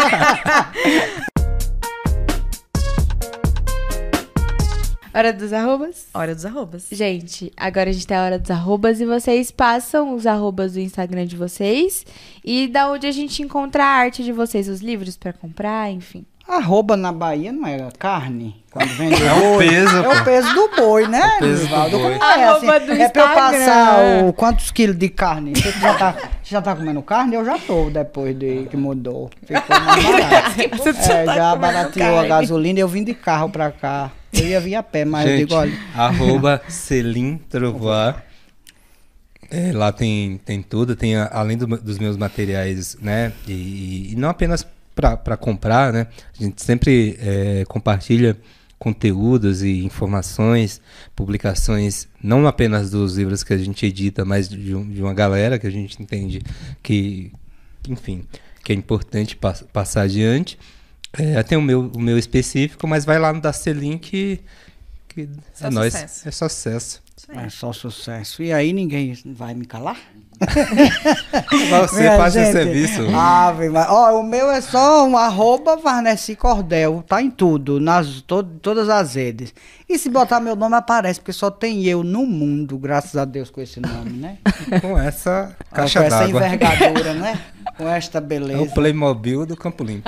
Hora dos arrobas? Hora dos arrobas. Gente, agora a gente tem a hora dos arrobas e vocês passam os arrobas do Instagram de vocês e da onde a gente encontra a arte de vocês, os livros pra comprar, enfim. Arroba na Bahia não é carne? Quando vende É o peso, É o peso do boi, né, peso do Nivaldo? boi. Como é assim? Arroba do É pra eu passar Instagram. quantos quilos de carne? Você já tá comendo carne? Eu já tô, depois de que mudou. Ficou mais barato. Já barateou a gasolina e eu vim de carro pra cá. Eu ia vir a pé, mas eu Gente, digo, olha... arroba Celim Trovois. Lá tem tudo, tem além dos meus materiais, né? E não apenas para comprar, né? A gente sempre compartilha conteúdos e informações, publicações, não apenas dos livros que a gente edita, mas de uma galera que a gente entende que, enfim, que é importante passar adiante. Tem o meu específico, mas vai lá no da Celim que Só é nóis, sucesso. é sucesso. É só sucesso. E aí ninguém vai me calar? Você Minha faz esse gente, serviço. o meu é só um arroba Varnesi Cordel, tá em tudo, todas as redes. E se botar meu nome aparece, porque só tem eu no mundo, graças a Deus, com esse nome, né? Com essa caixa com essa d'água. envergadura, né? Com esta É beleza. o Playmobil do Campo Limpo.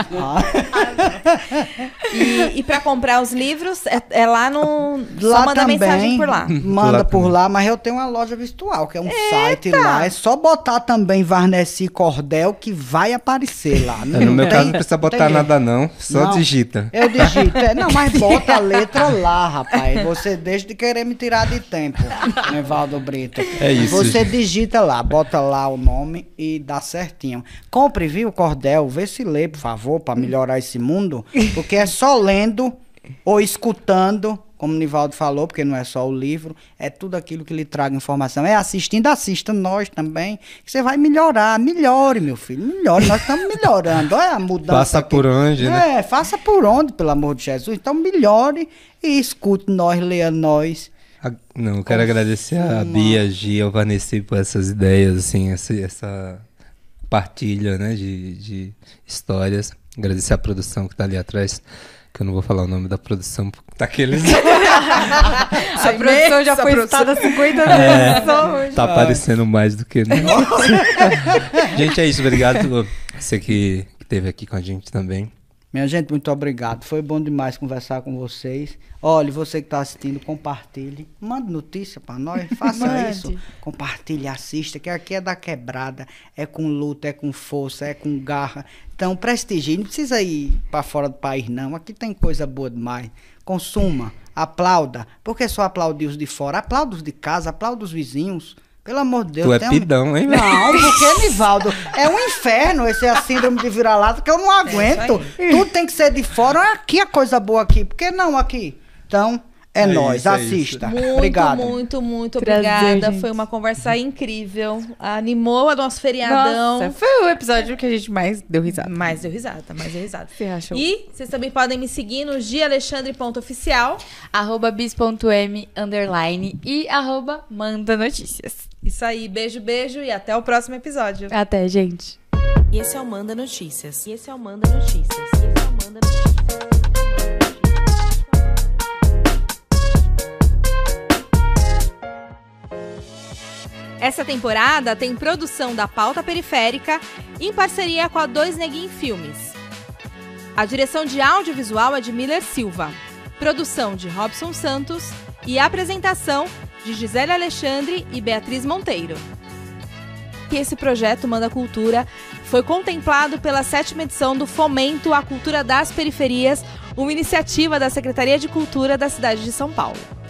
E pra comprar os livros, é lá no... Lá só manda também, mensagem por lá. Manda Lá por também. lá, mas eu tenho uma loja virtual, que é um site lá. É só botar também Varnesi Cordel que vai aparecer lá. No meu caso não precisa tem botar jeito. nada não, só Não. digita. Eu digito. Não, mas bota a letra lá, rapaz. Você deixa de querer me tirar de tempo, Nivaldo Brito. É isso, Você gente. digita lá, bota lá o nome e dá certinho. Compre, viu, Cordel? Vê se lê, por favor, para melhorar esse mundo. Porque é só lendo ou escutando, como o Nivaldo falou, porque não é só o livro, é tudo aquilo que lhe traga informação. É assistindo, assista nós também, que você vai melhorar. Melhore, meu filho, melhore. Nós estamos melhorando. Olha a mudança. Passa aqui. por onde, né? Faça por onde, pelo amor de Jesus. Então melhore e escute nós, leia nós. Não, eu quero agradecer a Bia, a Gia, ao Vanessa por essas ideias, assim, essa partilha, né, de histórias. Agradecer a produção que tá ali atrás, que eu não vou falar o nome da produção, porque tá aqueles... A produção já foi citada 50 vezes só hoje. Tá aparecendo mais do que... Gente, é isso, obrigado você que esteve aqui com a gente também. Minha gente, muito obrigado. Foi bom demais conversar com vocês. Olha, você que está assistindo, compartilhe. Mande notícia para nós, faça Mande. isso. Compartilhe, assista, que aqui é da quebrada. É com luta, é com força, é com garra. Então, prestigie. Não precisa ir para fora do país, não. Aqui tem coisa boa demais. Consuma, aplauda. Por que só aplaudir os de fora? Aplauda os de casa, aplauda os vizinhos. Pelo amor de Deus. Tu é pidão, hein, velho? Não, porque, Nivaldo, é um inferno esse a síndrome de vira-lata que eu não aguento. Tudo tem que ser de fora. Olha aqui a coisa boa aqui. Por que não aqui? Então, é nóis. isso, é Assista. Muito, Obrigado. muito Prazer, obrigada. gente. Foi uma conversa incrível. Animou o nosso feriadão. Nossa, foi o episódio que a gente mais deu risada. Mais deu risada. Você achou? E vocês também podem me seguir no gialexandre.oficial. @bis.m_ e @manda notícias. Isso aí, beijo, beijo e até o próximo episódio. Até, gente. E esse é o Manda Notícias. E esse é o Manda Notícias. E esse é o Manda Notícias. Essa temporada tem produção da Pauta Periférica em parceria com a Dois Neguinho Filmes. A direção de audiovisual é de Miller Silva, produção de Robson Santos e apresentação de Gisele Alexandre e Beatriz Monteiro. E esse projeto Manda Cultura foi contemplado pela 7ª edição do Fomento à Cultura das Periferias, uma iniciativa da Secretaria de Cultura da cidade de São Paulo.